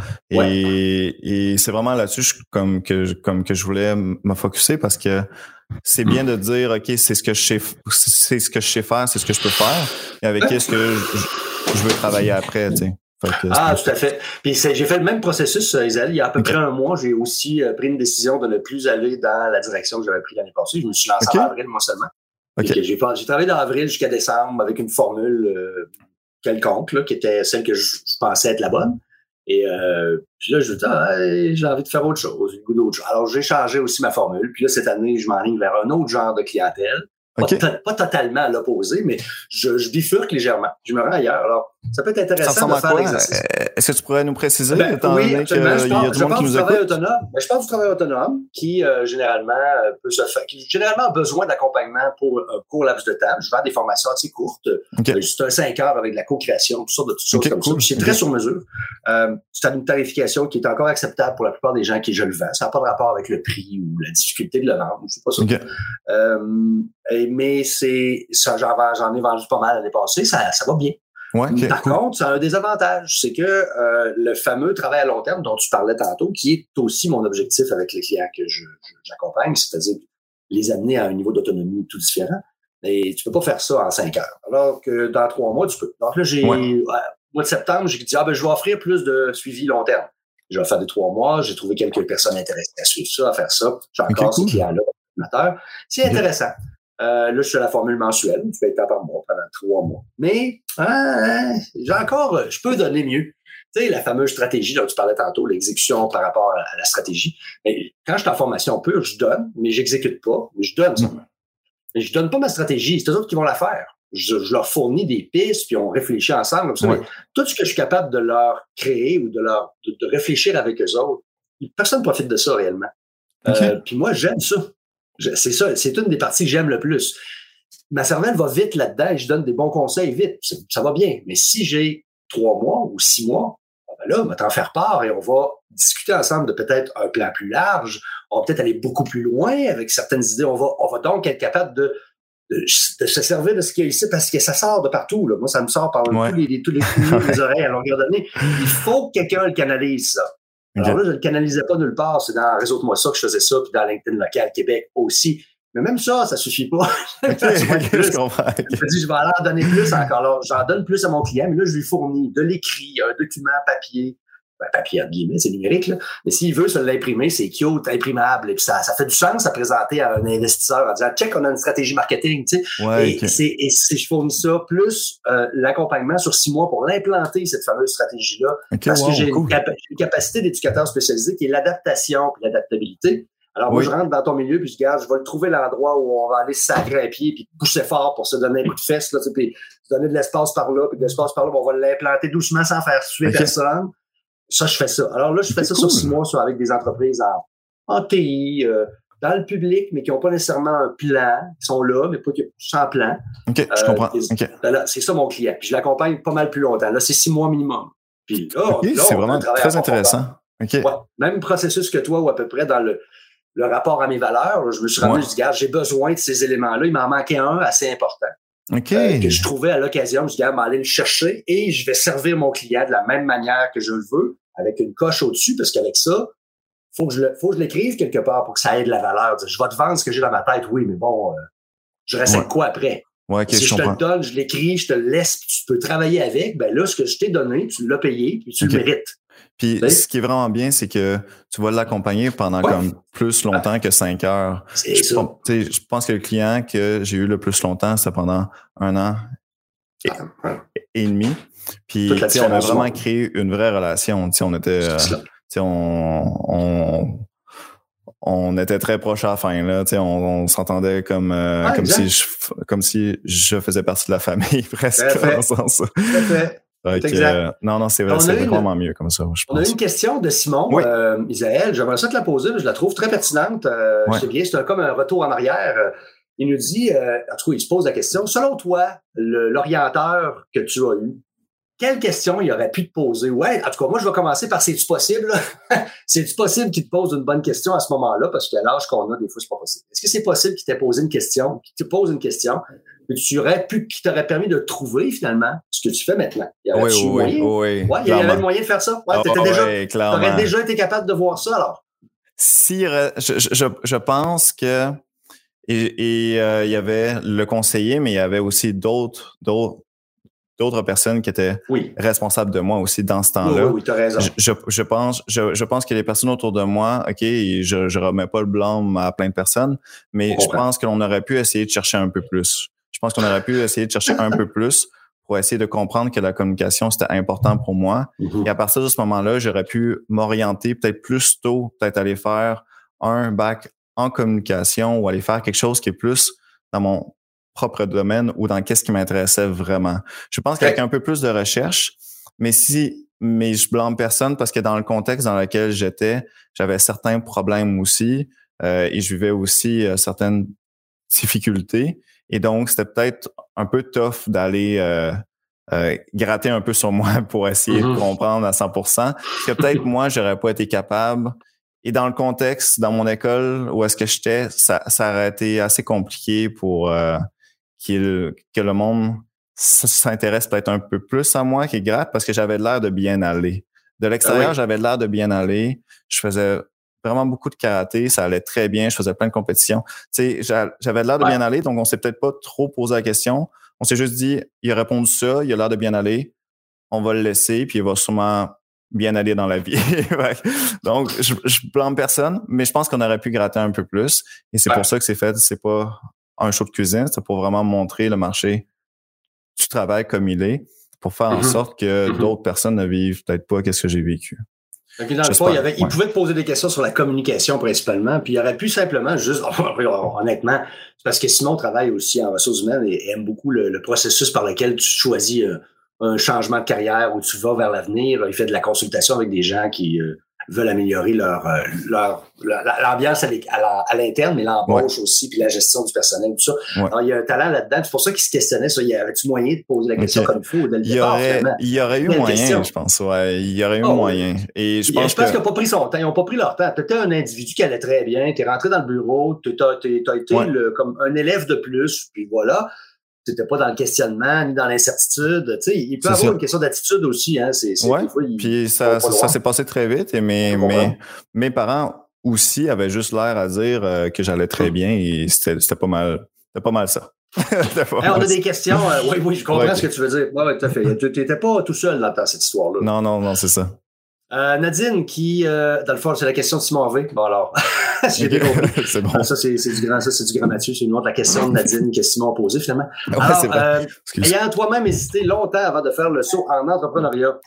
Et c'est vraiment là-dessus comme que je voulais me focusser parce que c'est bien de dire, OK, c'est ce que je sais faire, c'est ce que je peux faire. Et avec qu'est-ce que je veux travailler après, tu sais. Tout à fait. Puis j'ai fait le même processus, Isaël. Il y a à peu près un mois, j'ai aussi pris une décision de ne plus aller dans la direction que j'avais prise l'année passée. Je me suis lancé en avril, moi seulement. J'ai travaillé d'avril jusqu'à décembre avec une formule quelconque, là, qui était celle que je pensais être la bonne. Et puis là, je me dis, j'ai envie de faire autre chose, le goût d'autre chose. Alors, j'ai changé aussi ma formule. Puis là, cette année, je m'enligne vers un autre genre de clientèle. Pas totalement à l'opposé, mais je bifurque légèrement. Je me rends ailleurs. Alors, ça peut être intéressant de faire l'exercice. Est-ce que tu pourrais nous préciser? Oui, absolument. Je parle du travail autonome. Je parle du travail autonome qui, généralement, peut se faire, qui généralement a besoin d'accompagnement pour un court laps de temps. Je vends des formations assez courtes. C'est un 5 heures avec de la co-création, toutes sortes de choses comme ça. C'est très sur mesure. C'est une tarification qui est encore acceptable pour la plupart des gens qui je le vends. Ça n'a pas de rapport avec le prix ou la difficulté de le vendre. C'est pas ça. Mais c'est ça, j'en ai vendu pas mal l'année passée. Ça va bien. Par contre, ça a un désavantage, c'est que le fameux travail à long terme dont tu parlais tantôt, qui est aussi mon objectif avec les clients que j'accompagne, c'est-à-dire les amener à un niveau d'autonomie tout différent. Et tu peux pas faire ça en 5 heures. Alors que dans 3 mois, tu peux. Donc là, au mois de septembre, j'ai dit, je vais offrir plus de suivi long terme. Je vais faire des 3 mois. J'ai trouvé quelques personnes intéressées à suivre ça, à faire ça. J'ai encore ces clients-là. C'est intéressant. Là, je suis à la formule mensuelle. Tu payes tant par mois pendant 3 mois. Mais, je peux donner mieux. Tu sais, la fameuse stratégie dont tu parlais tantôt, l'exécution par rapport à la stratégie. Mais quand je suis en formation pure, je donne, mais j'exécute pas. Mais je donne seulement. Mais je donne pas ma stratégie. C'est eux autres qui vont la faire. Je leur fournis des pistes, puis on réfléchit ensemble. Comme ça. Mais tout ce que je suis capable de leur créer ou de réfléchir avec eux autres, personne ne profite de ça réellement. Puis moi, j'aime ça. C'est ça, c'est une des parties que j'aime le plus. Ma cervelle va vite là-dedans et je donne des bons conseils vite. Ça va bien. Mais si j'ai 3 mois ou 6 mois, là, on va t'en faire part et on va discuter ensemble de peut-être un plan plus large. On va peut-être aller beaucoup plus loin avec certaines idées. On va donc être capable de se servir de ce qu'il y a ici parce que ça sort de partout. Là. Moi, ça me sort par tous les oreilles à longueur d'année. Il faut que quelqu'un le canalise, ça. Alors là, je ne le canalisais pas nulle part. C'est dans Réseau-moi ça que je faisais ça, puis dans LinkedIn local Québec aussi. Mais même ça suffit pas. Je comprends. Je me dis, je vais aller en donner plus encore. Là, j'en donne plus à mon client, mais là, je lui fournis de l'écrit, un document papier. Papier, entre guillemets, c'est numérique, là. Mais s'il veut se l'imprimer, c'est cute, imprimable. Et puis ça fait du sens à présenter à un investisseur en disant, check, on a une stratégie marketing, tu sais. Et si je fournis ça, plus l'accompagnement sur 6 mois pour l'implanter, cette fameuse stratégie-là, parce que j'ai une capacité d'éducateur spécialisé qui est l'adaptation et l'adaptabilité. Alors, moi, je rentre dans ton milieu, puis je vais le trouver l'endroit où on va aller sacrer à pied, puis pousser fort pour se donner un coup de fesse, là, tu sais, puis se donner de l'espace par là, puis de l'espace par là, on va l'implanter doucement sans faire suer personne. Ça, je fais ça. Alors là, je fais ça sur 6 mois, avec des entreprises en TI, dans le public, mais qui n'ont pas nécessairement un plan, qui sont là, mais pas sans plan. Je comprends. Là, c'est ça mon client. Puis je l'accompagne pas mal plus longtemps. Là, c'est 6 mois minimum. Puis là, c'est vraiment très intéressant. Ouais, même processus que toi, ou à peu près dans le rapport à mes valeurs. Là, je me suis rendu, je dis, regarde, j'ai besoin de ces éléments-là. Il m'en manquait un assez important. Que je trouvais à l'occasion. Je dis, regarde, aller le chercher et je vais servir mon client de la même manière que je le veux, avec une coche au-dessus, parce qu'avec ça, faut que je l'écrive quelque part pour que ça ait de la valeur. Je vais te vendre ce que j'ai dans ma tête, oui, mais bon, je reste avec quoi après? Ouais, si je te le donne, je l'écris, je te le laisse, puis tu peux travailler avec, ben là, ce que je t'ai donné, tu l'as payé, puis tu le mérites. Puis ce qui est vraiment bien, c'est que tu vas l'accompagner pendant comme plus longtemps que 5 heures. Je pense que le client que j'ai eu le plus longtemps, c'était pendant 1 an et demi. Puis on a vraiment créé une vraie relation. On était on était très proches à la fin, là. On s'entendait comme si je faisais partie de la famille, presque, dans le sens. Non, c'est vrai, c'est vraiment mieux comme ça, je pense. On a une question de Simon, Isaël. J'aimerais ça te la poser, mais je la trouve très pertinente. C'est bien, c'est comme un retour en arrière. Il nous dit, en tout cas, il se pose la question, selon toi, l'orienteur que tu as eu, quelle question il aurait pu te poser? Ouais, en tout cas, moi, je vais commencer par c'est-tu possible? C'est-tu possible qu'il te pose une bonne question à ce moment-là? Parce qu'à l'âge qu'on a, des fois, c'est pas possible. Est-ce que c'est possible qu'il t'ait posé une question, qu'il te pose une question, que qui t'aurait permis de trouver, finalement, ce que tu fais maintenant? Oui. Ouais, il y avait moyen de faire ça? Ouais, t'aurais déjà été capable de voir ça, alors? Je pense que il y avait le conseiller, mais il y avait aussi d'autres personnes qui étaient responsables de moi aussi dans ce temps-là. Oui, tu as raison. Je pense que les personnes autour de moi, OK, je remets pas le blâme à plein de personnes, mais je pense que l'on aurait pu essayer de chercher un peu plus. Je pense qu'on aurait pu essayer de chercher un peu plus pour essayer de comprendre que la communication, c'était important pour moi. Et à partir de ce moment-là, j'aurais pu m'orienter peut-être plus tôt, peut-être aller faire un bac en communication ou aller faire quelque chose qui est plus dans mon propre domaine ou dans qu'est-ce qui m'intéressait vraiment. Je pense qu'avec un peu plus de recherche, mais je blâme personne parce que dans le contexte dans lequel j'étais, j'avais certains problèmes aussi et je vivais aussi certaines difficultés. Et donc, c'était peut-être un peu tough d'aller gratter un peu sur moi pour essayer de comprendre à 100%. Parce que peut-être moi, j'aurais pas été capable. Et dans le contexte, dans mon école où est-ce que j'étais, ça aurait été assez compliqué pour que le monde s'intéresse peut-être un peu plus à moi qu'il gratte parce que j'avais l'air de bien aller. De l'extérieur, j'avais l'air de bien aller. Je faisais vraiment beaucoup de karaté, ça allait très bien, je faisais plein de compétitions. Tu sais, j'avais l'air de bien aller, donc on s'est peut-être pas trop posé la question. On s'est juste dit, il a répondu ça, il a l'air de bien aller, on va le laisser, puis il va sûrement bien aller dans la vie. Donc, je blâme personne, mais je pense qu'on aurait pu gratter un peu plus. Et c'est pour ça que c'est fait. C'est pas un show de cuisine, c'est pour vraiment montrer le marché du travail comme il est, pour faire en sorte que d'autres personnes ne vivent peut-être pas qu'est-ce que j'ai vécu. Donc, dans le fond, il pouvait te poser des questions sur la communication principalement, puis il aurait pu simplement juste, honnêtement, c'est parce que Simon travaille aussi en ressources humaines et aime beaucoup le processus par lequel tu choisis un changement de carrière où tu vas vers l'avenir. Il fait de la consultation avec des gens qui veulent améliorer l'ambiance à l'interne, mais l'embauche aussi, puis la gestion du personnel, tout ça. Alors, il y a un talent là-dedans. C'est pour ça qu'il se questionnait ça. Y avait-tu moyen de poser la question comme il faut dès le départ? Il y aurait eu moyen, je pense. Ouais, il y aurait eu moyen. Et je pense qu'ils n'ont pas pris son temps. Ils n'ont pas pris leur temps. Tu étais un individu qui allait très bien. Tu es rentré dans le bureau. Tu as été comme un élève de plus. Puis voilà. Tu n'étais pas dans le questionnement ni dans l'incertitude. Tu sais, il peut y avoir une question d'attitude aussi. Hein. Puis ça s'est passé très vite. Et mes parents aussi avaient juste l'air à dire que j'allais très bien et c'était pas mal ça. On a des questions. Oui, je comprends ce que tu veux dire. Oui, tout à fait. Tu n'étais pas tout seul dans cette histoire-là. Non, c'est ça. Nadine, qui, dans le fond, c'est la question de Simon V. Bon, alors, j'ai bien compris. C'est bon. Ça, c'est du grand Mathieu. C'est une autre la question de Nadine que Simon a posée, finalement. Alors, ayant toi-même hésité longtemps avant de faire le saut en entrepreneuriat,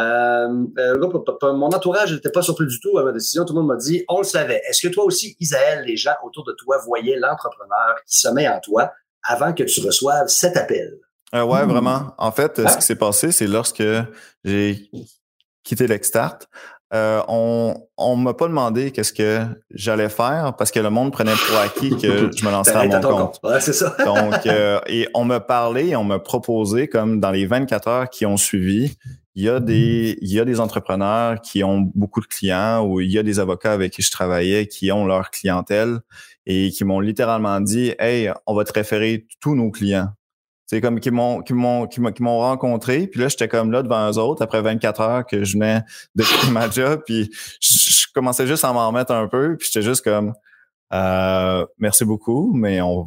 mon entourage n'était pas surpris du tout à ma décision. Tout le monde m'a dit, on le savait. Est-ce que toi aussi, Isaël, les gens autour de toi voyaient l'entrepreneur qui sommeille en toi avant que tu reçoives cet appel? Ouais, vraiment. En fait, ce qui s'est passé, c'est lorsque j'ai quitté l'Extart. On m'a pas demandé qu'est-ce que j'allais faire parce que le monde prenait pour acquis que je me lancerais à mon compte. Ouais, c'est ça. Donc, et on m'a parlé, on m'a proposé, comme dans les 24 heures qui ont suivi, il y a des entrepreneurs qui ont beaucoup de clients ou il y a des avocats avec qui je travaillais qui ont leur clientèle et qui m'ont littéralement dit, hey, on va te référer tous nos clients. C'est comme qui m'ont rencontré, puis là j'étais comme là devant eux autres après 24 heures que je venais de quitter ma job, puis je commençais juste à m'en remettre un peu, puis j'étais juste comme merci beaucoup, mais on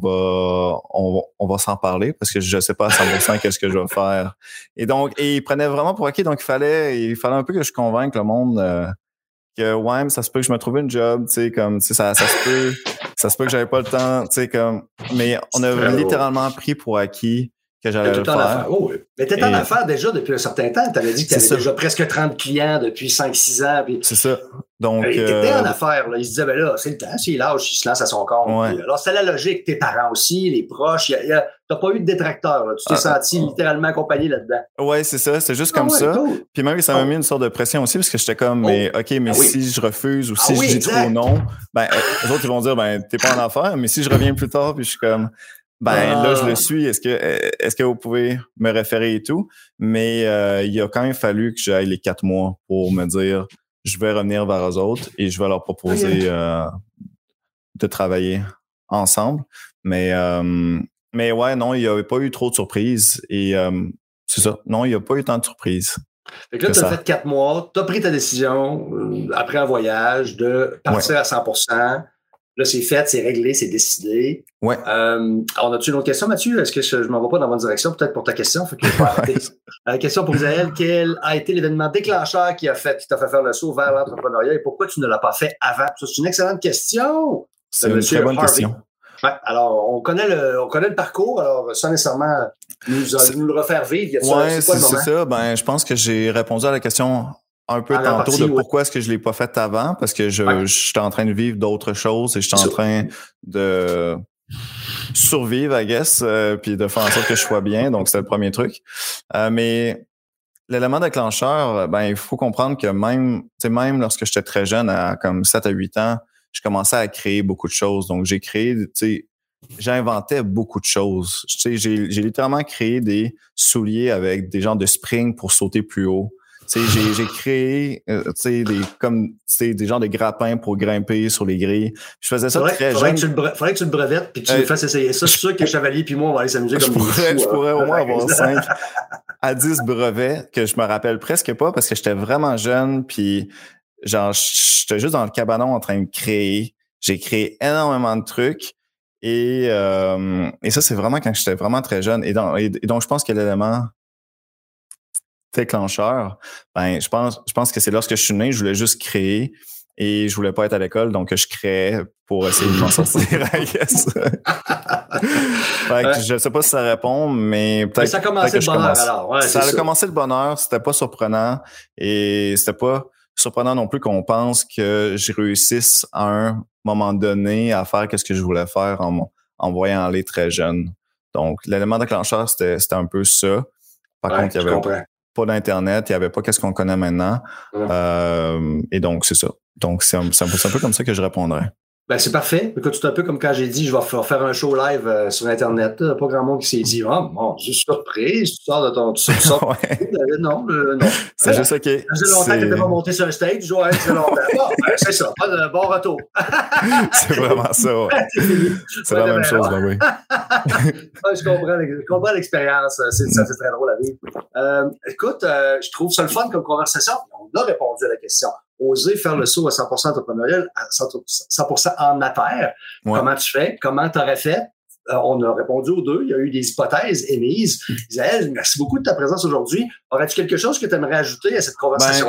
va s'en parler parce que je sais pas à 100% qu'est-ce que je vais faire. Et donc ils prenaient vraiment pour acquis, donc il fallait un peu que je convainque le monde que ouais, mais ça se peut que je me trouve une job, tu sais, comme tu sais, ça se peut que j'avais pas le temps, tu sais, comme, mais on a littéralement pris pour acquis que j'allais le faire. Oh, oui. Mais t'étais en affaires déjà depuis un certain temps. T'avais dit que t'avais déjà presque 30 clients depuis 5-6 ans. Puis... C'est ça. Donc, t'étais en affaires, là. Il se disait, ben là, c'est le temps, c'est l'âge, il se lance à son compte. Ouais. Puis, alors, c'était la logique. Tes parents aussi, les proches. T'as pas eu de détracteur, là. Tu t'es senti littéralement accompagné là-dedans. Ouais, c'est ça. C'est juste comme ça. Cool. Puis même, ça m'a mis une sorte de pression aussi parce que j'étais comme, mais OK, mais si je refuse ou si je dis trop non, ben, les autres, ils vont dire, ben, t'es pas en affaires. Mais si je reviens plus tard puis je suis comme, ben, là, je le suis. Est-ce que vous pouvez me référer et tout? Mais, il a quand même fallu que j'aille les 4 mois pour me dire, je vais revenir vers eux autres et je vais leur proposer de travailler ensemble. Mais ouais, non, il n'y avait pas eu trop de surprises. Et c'est ça. Non, il n'y a pas eu tant de surprises. Fait que là, tu as fait 4 mois, tu as pris ta décision après un voyage de partir à 100%. Là, c'est fait, c'est réglé, c'est décidé. Ouais. On a-tu une autre question, Mathieu? Est-ce que je m'en vais pas dans la bonne direction? Peut-être pour ta question. Fait que je vais arrêter. Question pour Isaël. Quel a été l'événement déclencheur qui t'a fait faire le saut vers l'entrepreneuriat et pourquoi tu ne l'as pas fait avant? Ça, c'est une excellente question. C'est une très bonne question. Ouais, alors, on connaît le parcours, alors sans nécessairement nous le refaire vivre. C'est ça. Ben, je pense que j'ai répondu à la question un peu tantôt de pourquoi est-ce que je l'ai pas fait avant, parce que j'étais en train de vivre d'autres choses et j'étais en train de survivre, I guess, puis de faire en sorte que je sois bien. Donc, c'était le premier truc. Mais l'élément déclencheur, ben, il faut comprendre que même lorsque j'étais très jeune, à comme 7 à 8 ans, je commençais à créer beaucoup de choses. Donc, j'inventais beaucoup de choses. J'ai littéralement créé des souliers avec des genres de springs pour sauter plus haut. J'ai créé des genres de grappins pour grimper sur les grilles. Je faisais ça très jeune. Faudrait que tu le brevettes puis que tu me fasses essayer ça. Je suis sûr que Chevalier puis moi, on va aller s'amuser comme des fous. Je pourrais au moins avoir 5 à 10 brevets que je me rappelle presque pas parce que j'étais vraiment jeune puis genre j'étais juste dans le cabanon en train de créer. J'ai créé énormément de trucs et ça, c'est vraiment quand j'étais vraiment très jeune. Et donc, je pense que l'élément déclencheur, ben je pense que c'est lorsque je suis né, je voulais juste créer et je voulais pas être à l'école, donc je créais pour essayer de m'en sortir, I guess. Fait que je sais pas si ça répond, mais peut-être. Mais ça a commencé le bonheur, alors. Ouais, ça a commencé le bonheur, c'était pas surprenant et c'était pas surprenant non plus qu'on pense que je réussisse à un moment donné à faire ce que je voulais faire en voyant aller très jeune. Donc, l'élément déclencheur, c'était un peu ça. Par contre, il y avait pas d'Internet, il n'y avait pas qu'est-ce qu'on connaît maintenant. Et donc, c'est ça. Donc, c'est un peu comme ça que je répondrais. Ben, c'est parfait. Écoute, c'est un peu comme quand j'ai dit, je vais faire un show live sur Internet. Pas grand monde qui s'est dit, bon, je suis surprise, tu sors de ton... Tu sors non. C'est juste OK. Ça faisait longtemps que tu n'étais pas monté sur un stage. Ouais, ça fait longtemps. Bon, c'est ça. Bon retour. C'est vraiment ça, ouais. C'est la même chose, ben oui. Je comprends l'expérience. Ça, c'est très drôle à vivre. Écoute, je trouve ça le fun comme conversation. On a répondu à la question. Oser faire le saut à 100% entrepreneurial, à 100% en affaires. Ouais. Comment tu fais? Comment tu aurais fait? On a répondu aux deux. Il y a eu des hypothèses émises. Isaël, merci beaucoup de ta présence aujourd'hui. Aurais-tu quelque chose que tu aimerais ajouter à cette conversation?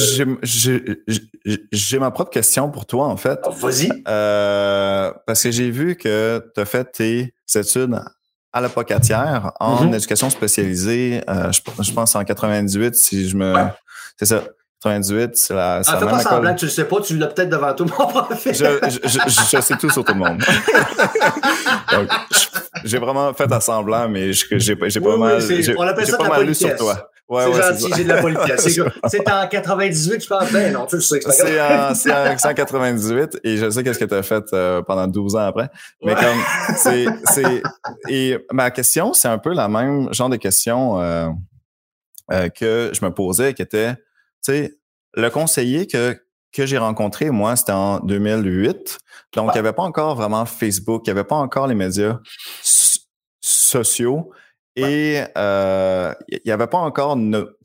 J'ai ma propre question pour toi, en fait. Vas-y. Parce que j'ai vu que tu as fait tes études à la Pocatière en éducation spécialisée. Je pense en 98, si je me... Ouais. C'est ça. 98, c'est la fais pas semblant que tu le sais pas, tu l'as peut-être devant tout le monde. Je sais tout sur tout le monde. Donc, j'ai vraiment fait à semblant, mais j'ai pas mal lu sur toi. Ouais, c'est ouais, gentil, j'ai de la politesse. C'est en 98, je pense. Ben non, tu le sais. C'est en 1998 et je sais qu'est-ce que tu as fait pendant 12 ans après. Mais Ouais. comme, et ma question, c'est un peu la même genre de question que je me posais, qui était, tu sais, le conseiller que j'ai rencontré, moi, c'était en 2008. Donc, il n'y avait pas encore vraiment Facebook, il n'y avait pas encore les médias sociaux et il n'y avait pas encore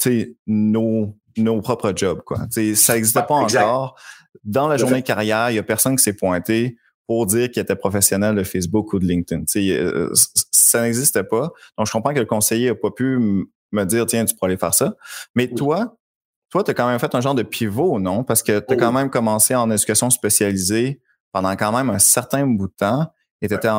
nos propres jobs, quoi. Tu sais, ça n'existait pas Exact. encore. Dans la journée carrière, il n'y a personne qui s'est pointé pour dire qu'il était professionnel de Facebook ou de LinkedIn. Tu sais, ça n'existait pas. Donc, je comprends que le conseiller n'a pas pu me dire, tiens, tu pourrais aller faire ça. Mais toi, tu as quand même fait un genre de pivot, non? Parce que tu as quand même commencé en éducation spécialisée pendant quand même un certain bout de temps et tu étais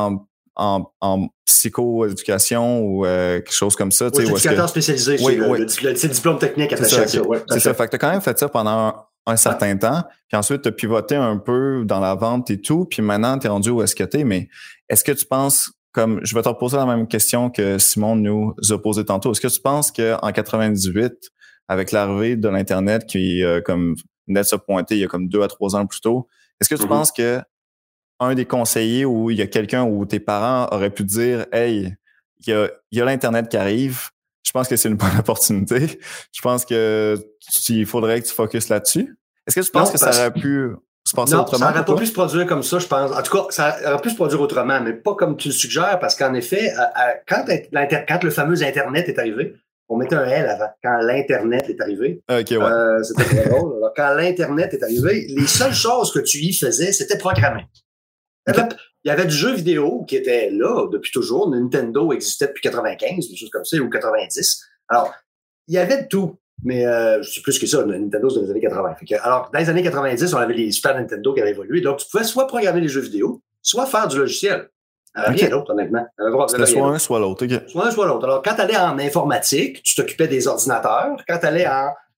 en psychoéducation ou quelque chose comme ça. Oui, éducateur spécialisé, oui, le diplôme technique attaché à ça. Ouais, c'est ça. Fait que tu as quand même fait ça pendant un certain temps. Puis ensuite, tu as pivoté un peu dans la vente et tout. Puis maintenant, tu es rendu où est-ce que tu es. Mais est-ce que tu penses, comme je vais te reposer la même question que Simon nous a posé tantôt, est-ce que tu penses qu'en 98, avec l'arrivée de l'Internet qui comme venait de se pointer il y a comme 2 à 3 ans plus tôt, est-ce que tu penses que un des conseillers ou il y a quelqu'un où tes parents auraient pu dire « Hey, il y a l'Internet qui arrive, je pense que c'est une bonne opportunité. Je pense que il faudrait que tu focuses là-dessus. » Est-ce que tu penses que ça aurait pu se passer autrement? Non, ça n'aurait pas pu se produire comme ça, je pense. En tout cas, ça aurait pu se produire autrement, mais pas comme tu le suggères, parce qu'en effet, quand le fameux Internet est arrivé, on mettait un L avant. Quand l'Internet est arrivé, okay, ouais. c'était très drôle. Alors, quand l'Internet est arrivé, les seules choses que tu y faisais, c'était programmer. Okay. Il y avait du jeu vidéo qui était là depuis toujours. Nintendo existait depuis 95, des choses comme ça, ou 90. Alors, il y avait de tout. Mais c'est plus que ça, Nintendo, c'est dans les années 80. Alors, dans les années 90, on avait les Super Nintendo qui avaient évolué. Donc, tu pouvais soit programmer les jeux vidéo, soit faire du logiciel. Rien d'autre, honnêtement. C'était soit un, soit l'autre. Okay. Soit un, soit l'autre. Alors, quand tu allais en informatique, tu t'occupais des ordinateurs. Quand tu allais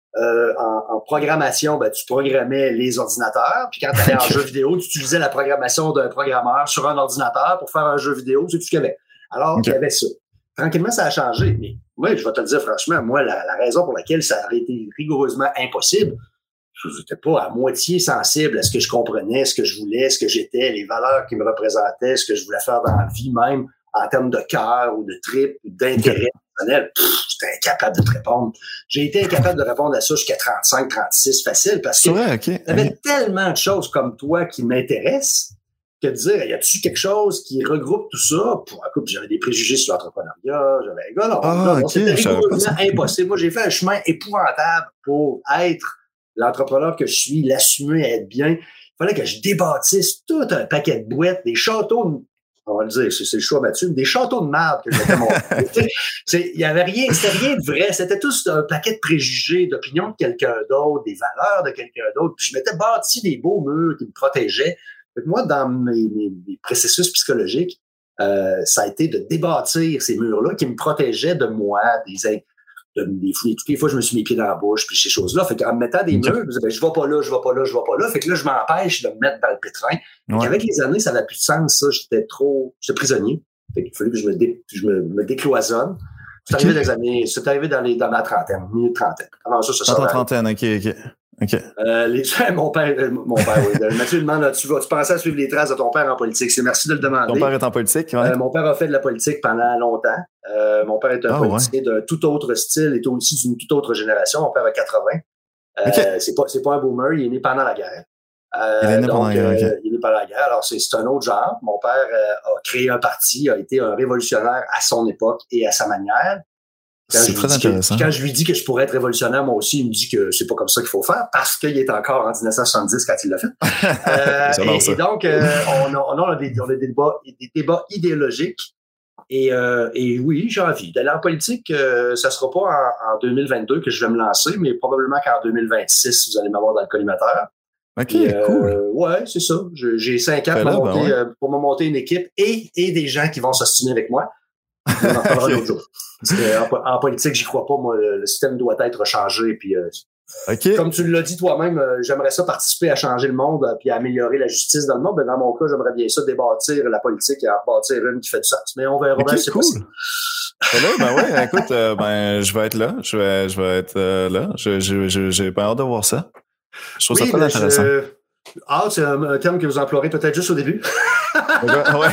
en programmation, ben, tu programmais les ordinateurs. Puis quand tu allais en jeu vidéo, tu utilisais la programmation d'un programmeur sur un ordinateur pour faire un jeu vidéo. C'est tout ce qu'il y avait. Alors, il y avait ça. Tranquillement, ça a changé. Mais moi, je vais te le dire franchement, moi, la raison pour laquelle ça a été rigoureusement impossible, je n'étais pas à moitié sensible à ce que je comprenais, ce que je voulais, ce que j'étais, les valeurs qui me représentaient, ce que je voulais faire dans la vie même, en termes de cœur ou de trip ou d'intérêt personnel. J'étais incapable de te répondre. J'ai été incapable de répondre à ça jusqu'à 35, 36 facile parce que il y avait tellement de choses comme toi qui m'intéressent que de dire, y a-tu quelque chose qui regroupe tout ça? Écoute, j'avais des préjugés sur l'entrepreneuriat, c'était rigoureusement impossible. Moi, j'ai fait un chemin épouvantable pour être l'entrepreneur que je suis, l'assumer, être bien. Il fallait que je débâtisse tout un paquet de boîtes, des châteaux, on va le dire, c'est le choix Mathieu, des châteaux de marde que j'étais monté. Il y avait rien, c'était rien de vrai. C'était tout un paquet de préjugés, d'opinions de quelqu'un d'autre, des valeurs de quelqu'un d'autre. Puis je m'étais bâti des beaux murs qui me protégeaient. Donc moi, dans mes processus psychologiques, ça a été de débâtir ces murs-là qui me protégeaient de moi, toutes les fois, je me suis mis les pieds dans la bouche, puis ces choses-là. Fait qu'en me mettant des murs, je disais, je vais pas là, je vais pas là, je vais pas là. Fait que là, je m'empêche de me mettre dans le pétrin. Ouais. Avec les années, ça n'avait plus de sens, ça. J'étais prisonnier. Fait qu'il fallait que je me décloisonne. C'est arrivé dans ma trentaine, mi-trentaine. Avant ça, dans ta trentaine, OK. Mon père, oui. Mathieu demande, tu pensais à suivre les traces de ton père en politique? C'est merci de le demander. Ton père est en politique? Ouais. Mon père a fait de la politique pendant longtemps. Mon père est un politicien d'un tout autre style et aussi d'une toute autre génération. Mon père a 80. C'est pas un boomer, il est né pendant la guerre. Il est né pendant la guerre. Il est né pendant la guerre. Alors, c'est un autre genre. Mon père a créé un parti, a été un révolutionnaire à son époque et à sa manière. C'est très intéressant. Quand je lui dis que je pourrais être révolutionnaire, moi aussi, il me dit que c'est pas comme ça qu'il faut faire parce qu'il est encore en 1970 quand il l'a fait. Et donc, on a des débats idéologiques. Et oui, j'ai envie d'aller en politique. Ça sera pas en 2022 que je vais me lancer, mais probablement qu'en 2026, vous allez m'avoir dans le collimateur. OK, cool. Ouais, c'est ça. J'ai 5 ans pour me monter une équipe et des gens qui vont s'ostiner avec moi. On en parlera l'autre jour. Parce qu'en politique, j'y crois pas. Moi, le système doit être changé. Puis, OK. Comme tu l'as dit toi-même, j'aimerais ça participer à changer le monde puis à améliorer la justice dans le monde. Mais dans mon cas, j'aimerais bien ça débâtir la politique et en bâtir une qui fait du sens. Mais on verra bien si c'est possible. Ben ouais, écoute, je vais être là. Je vais être là. J'ai pas hâte de voir ça. Je trouve ça très intéressant. C'est un terme que vous emploierez peut-être juste au début. Ouais.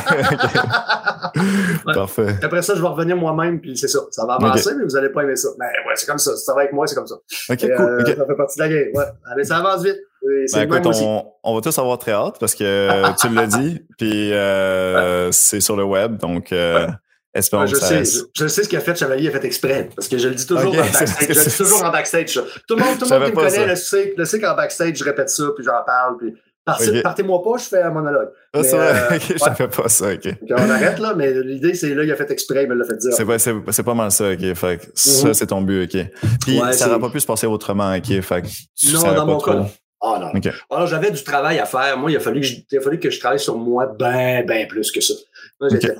Parfait. Après ça, je vais revenir moi-même, puis c'est ça. Ça va avancer, mais vous allez pas aimer ça. Mais ouais, c'est comme ça. Si ça va avec moi, c'est comme ça. OK, cool. Ça fait partie de la game. Ouais. Allez, ça avance vite. Écoute, on va tous avoir très hâte parce que tu l'as dit, puis c'est sur le web, donc espérons que ça... Je sais ce qu'il a fait, Chevalier, il a fait exprès, parce que je le dis toujours en backstage. Je le dis toujours en backstage, ça. Tout le monde qui me connaît le sait qu'en backstage, je répète ça, puis j'en parle, puis partez-moi pas, je fais un monologue. C'est vrai, je ne fais pas ça, OK. Donc, on arrête, là, mais l'idée, c'est là, il a fait exprès, il me l'a fait dire. C'est pas mal ça, OK. Fait que ça, c'est ton but, OK. Puis ça n'aurait pas pu se passer autrement, OK. Fait que non, dans mon cas. Ah non. Okay. Alors, j'avais du travail à faire. Moi, il a fallu que je travaille sur moi ben plus que ça. Moi, j'étais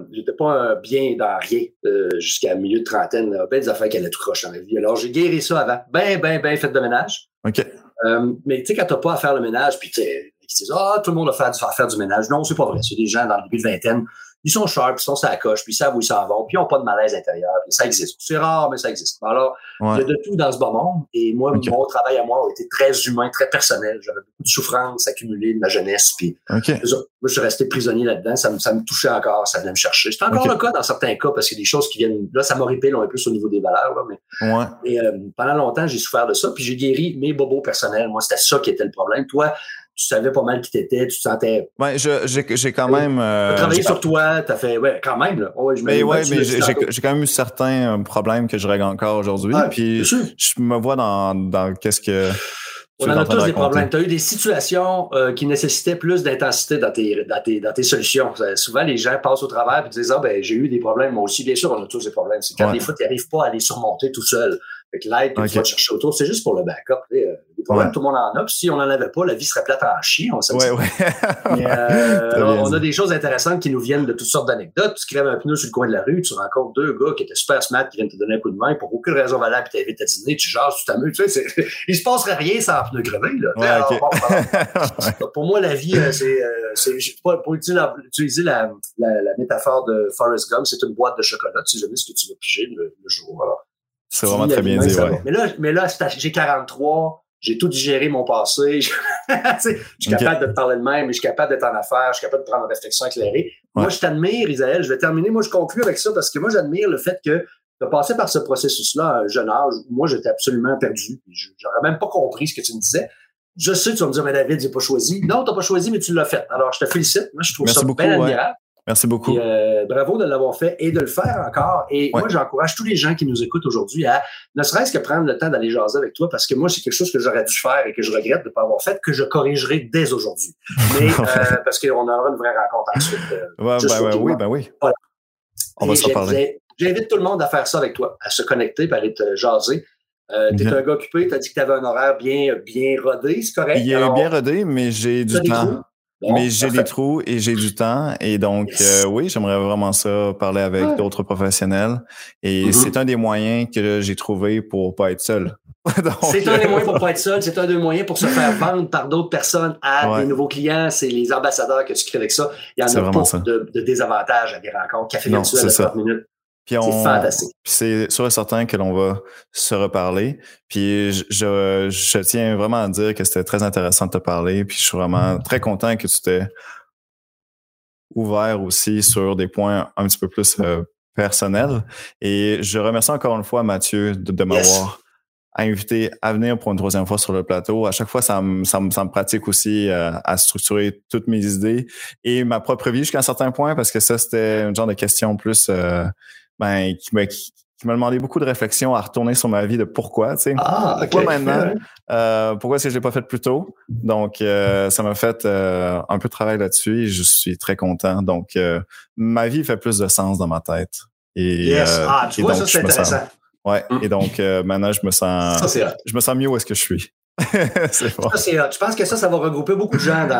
pas bien dans rien jusqu'à milieu de trentaine. Ben des affaires qui allaient tout croche dans la vie. Alors, j'ai guéri ça avant. Ben fait de ménage. OK. Mais tu sais, quand t'as pas à faire le ménage, puis tu sais, ils disent tout le monde a faire du ménage. Non, c'est pas vrai. C'est des gens dans le début de vingtaine. Ils sont sharp, ils sont sur la coche, puis ils savent où ils s'en vont, puis ils n'ont pas de malaise intérieur. Puis ça existe. C'est rare, mais ça existe. Alors, il y a de tout dans ce beau monde. Et moi, mon travail à moi a été très humain, très personnel. J'avais beaucoup de souffrances accumulées de ma jeunesse. Puis moi, je suis resté prisonnier là-dedans. Ça me touchait encore, ça venait me chercher. C'est encore le cas dans certains cas, parce qu'il y a des choses qui viennent. Là, ça m'horripile un peu au niveau des valeurs. Là, mais pendant longtemps, j'ai souffert de ça, puis j'ai guéri mes bobos personnels. Moi, c'était ça qui était le problème. Toi, tu savais pas mal qui t'étais, tu te sentais... Ouais, j'ai quand même... t'as travaillé sur toi, t'as fait... Ouais, quand même, là. Mais j'ai quand même eu certains problèmes que je règle encore aujourd'hui, puis je me vois dans qu'est-ce que... On en a tous des problèmes. Tu as eu des situations qui nécessitaient plus d'intensité dans tes solutions. Souvent, les gens passent au travers et disent j'ai eu des problèmes. Moi aussi, bien sûr, on a tous des problèmes. C'est quand des fois, tu n'arrives pas à les surmonter tout seul. Avec l'aide que tu vas te chercher autour, c'est juste pour le backup. Des problèmes, tout le monde en a. Puis si on n'en avait pas, la vie serait plate en chien. Mais on a des choses intéressantes qui nous viennent de toutes sortes d'anecdotes. Tu crèves un pneu sur le coin de la rue, tu rencontres deux gars qui étaient super smart qui viennent te donner un coup de main pour aucune raison valable puis t'invites à dîner, tu jases, tu t'amuses. Tu sais, il se passerait rien sans pneu crevé. Là. Pour moi, la vie, c'est pour utiliser la métaphore de Forrest Gump, c'est une boîte de chocolat. Tu sais jamais ce que tu vas piger le jour. Alors, c'est vraiment très bien dit, ouais. Mais là, j'ai 43, j'ai tout digéré mon passé. Je suis capable de te parler de même, je suis capable d'être en affaires, je suis capable de prendre une réflexion éclairée. Ouais. Moi, je t'admire, Isaël. Je vais terminer. Moi, je conclue avec ça parce que moi, j'admire le fait que tu as passé par ce processus-là à un jeune âge où moi, j'étais absolument perdu. J'aurais même pas compris ce que tu me disais. Je sais, tu vas me dire, mais David, j'ai pas choisi. Non, t'as pas choisi, mais tu l'as fait. Alors, je te félicite. Moi, je trouve ça bien admirable. Merci beaucoup. Et, bravo de l'avoir fait et de le faire encore. Et moi, j'encourage tous les gens qui nous écoutent aujourd'hui à ne serait-ce que prendre le temps d'aller jaser avec toi parce que moi, c'est quelque chose que j'aurais dû faire et que je regrette de ne pas avoir fait, que je corrigerai dès aujourd'hui. Mais parce qu'on aura une vraie rencontre ensuite. Oui. Voilà. On va s'en parler. J'invite tout le monde à faire ça avec toi, à se connecter et à aller te jaser. T'es un gars occupé, t'as dit que t'avais un horaire bien rodé, c'est correct? Il est bien rodé, mais j'ai du temps. Bon, mais j'ai des trous et j'ai du temps. Et donc, oui, j'aimerais vraiment ça, parler avec d'autres professionnels. Et c'est un des moyens que j'ai trouvé pour pas être seul. Donc, c'est un des moyens pour pas être seul. C'est un des moyens pour se faire vendre par d'autres personnes à des nouveaux clients. C'est les ambassadeurs que tu crées avec ça. Il y en a pas de désavantages à des rencontres. Café virtuel à 30 minutes. C'est fantastique. Puis c'est sûr et certain que l'on va se reparler. Puis je tiens vraiment à dire que c'était très intéressant de te parler. Puis je suis vraiment très content que tu t'es ouvert aussi sur des points un petit peu plus personnels. Et je remercie encore une fois Mathieu de m'avoir invité à venir pour une troisième fois sur le plateau. À chaque fois, ça me pratique aussi à structurer toutes mes idées et ma propre vie jusqu'à un certain point parce que ça, c'était un genre de question plus qui m'a demandé beaucoup de réflexion à retourner sur ma vie de pourquoi, tu sais. Pourquoi maintenant? Pourquoi est-ce que je l'ai pas fait plus tôt? Donc, ça m'a fait un peu de travail là-dessus et je suis très content. Donc, ma vie fait plus de sens dans ma tête. Et, tu vois, donc, ça, c'est intéressant. Et donc, maintenant, je me sens mieux où est-ce que je suis. C'est bon. Je pense que ça va regrouper beaucoup de gens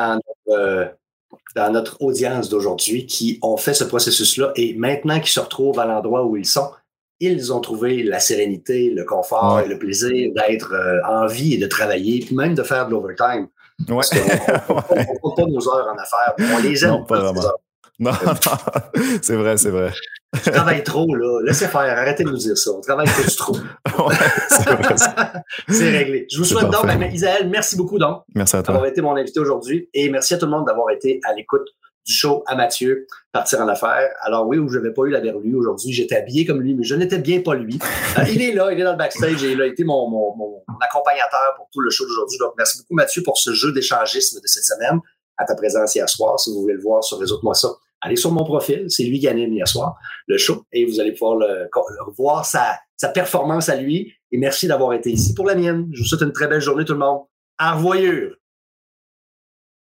dans notre audience d'aujourd'hui qui ont fait ce processus-là et maintenant qu'ils se retrouvent à l'endroit où ils sont, ils ont trouvé la sérénité, le confort et le plaisir d'être en vie et de travailler, puis même de faire de l'overtime. Ouais. Parce qu'on ne compte pas nos heures en affaires, on les aime. Non, pas vraiment. Non, c'est vrai. Tu travailles trop, là. Laissez faire, arrêtez de nous dire ça. On travaille tous trop. Ouais, c'est vrai. C'est réglé. Je vous souhaite donc, Isaël, merci beaucoup donc. Merci à toi. D'avoir été mon invité aujourd'hui et merci à tout le monde d'avoir été à l'écoute du show à Mathieu, Partir en affaires. Alors oui, où je n'avais pas eu la berlue aujourd'hui, j'étais habillé comme lui, mais je n'étais bien pas lui. Il est là, il est dans le backstage et il a été mon accompagnateur pour tout le show d'aujourd'hui. Donc merci beaucoup Mathieu pour ce jeu d'échangisme de cette semaine, à ta présence hier soir. Si vous voulez le voir sur Réseau-moi ça, allez sur mon profil, c'est lui qui anime hier soir le show et vous allez pouvoir voir sa performance à lui. Et merci d'avoir été ici pour la mienne. Je vous souhaite une très belle journée tout le monde. Au revoir.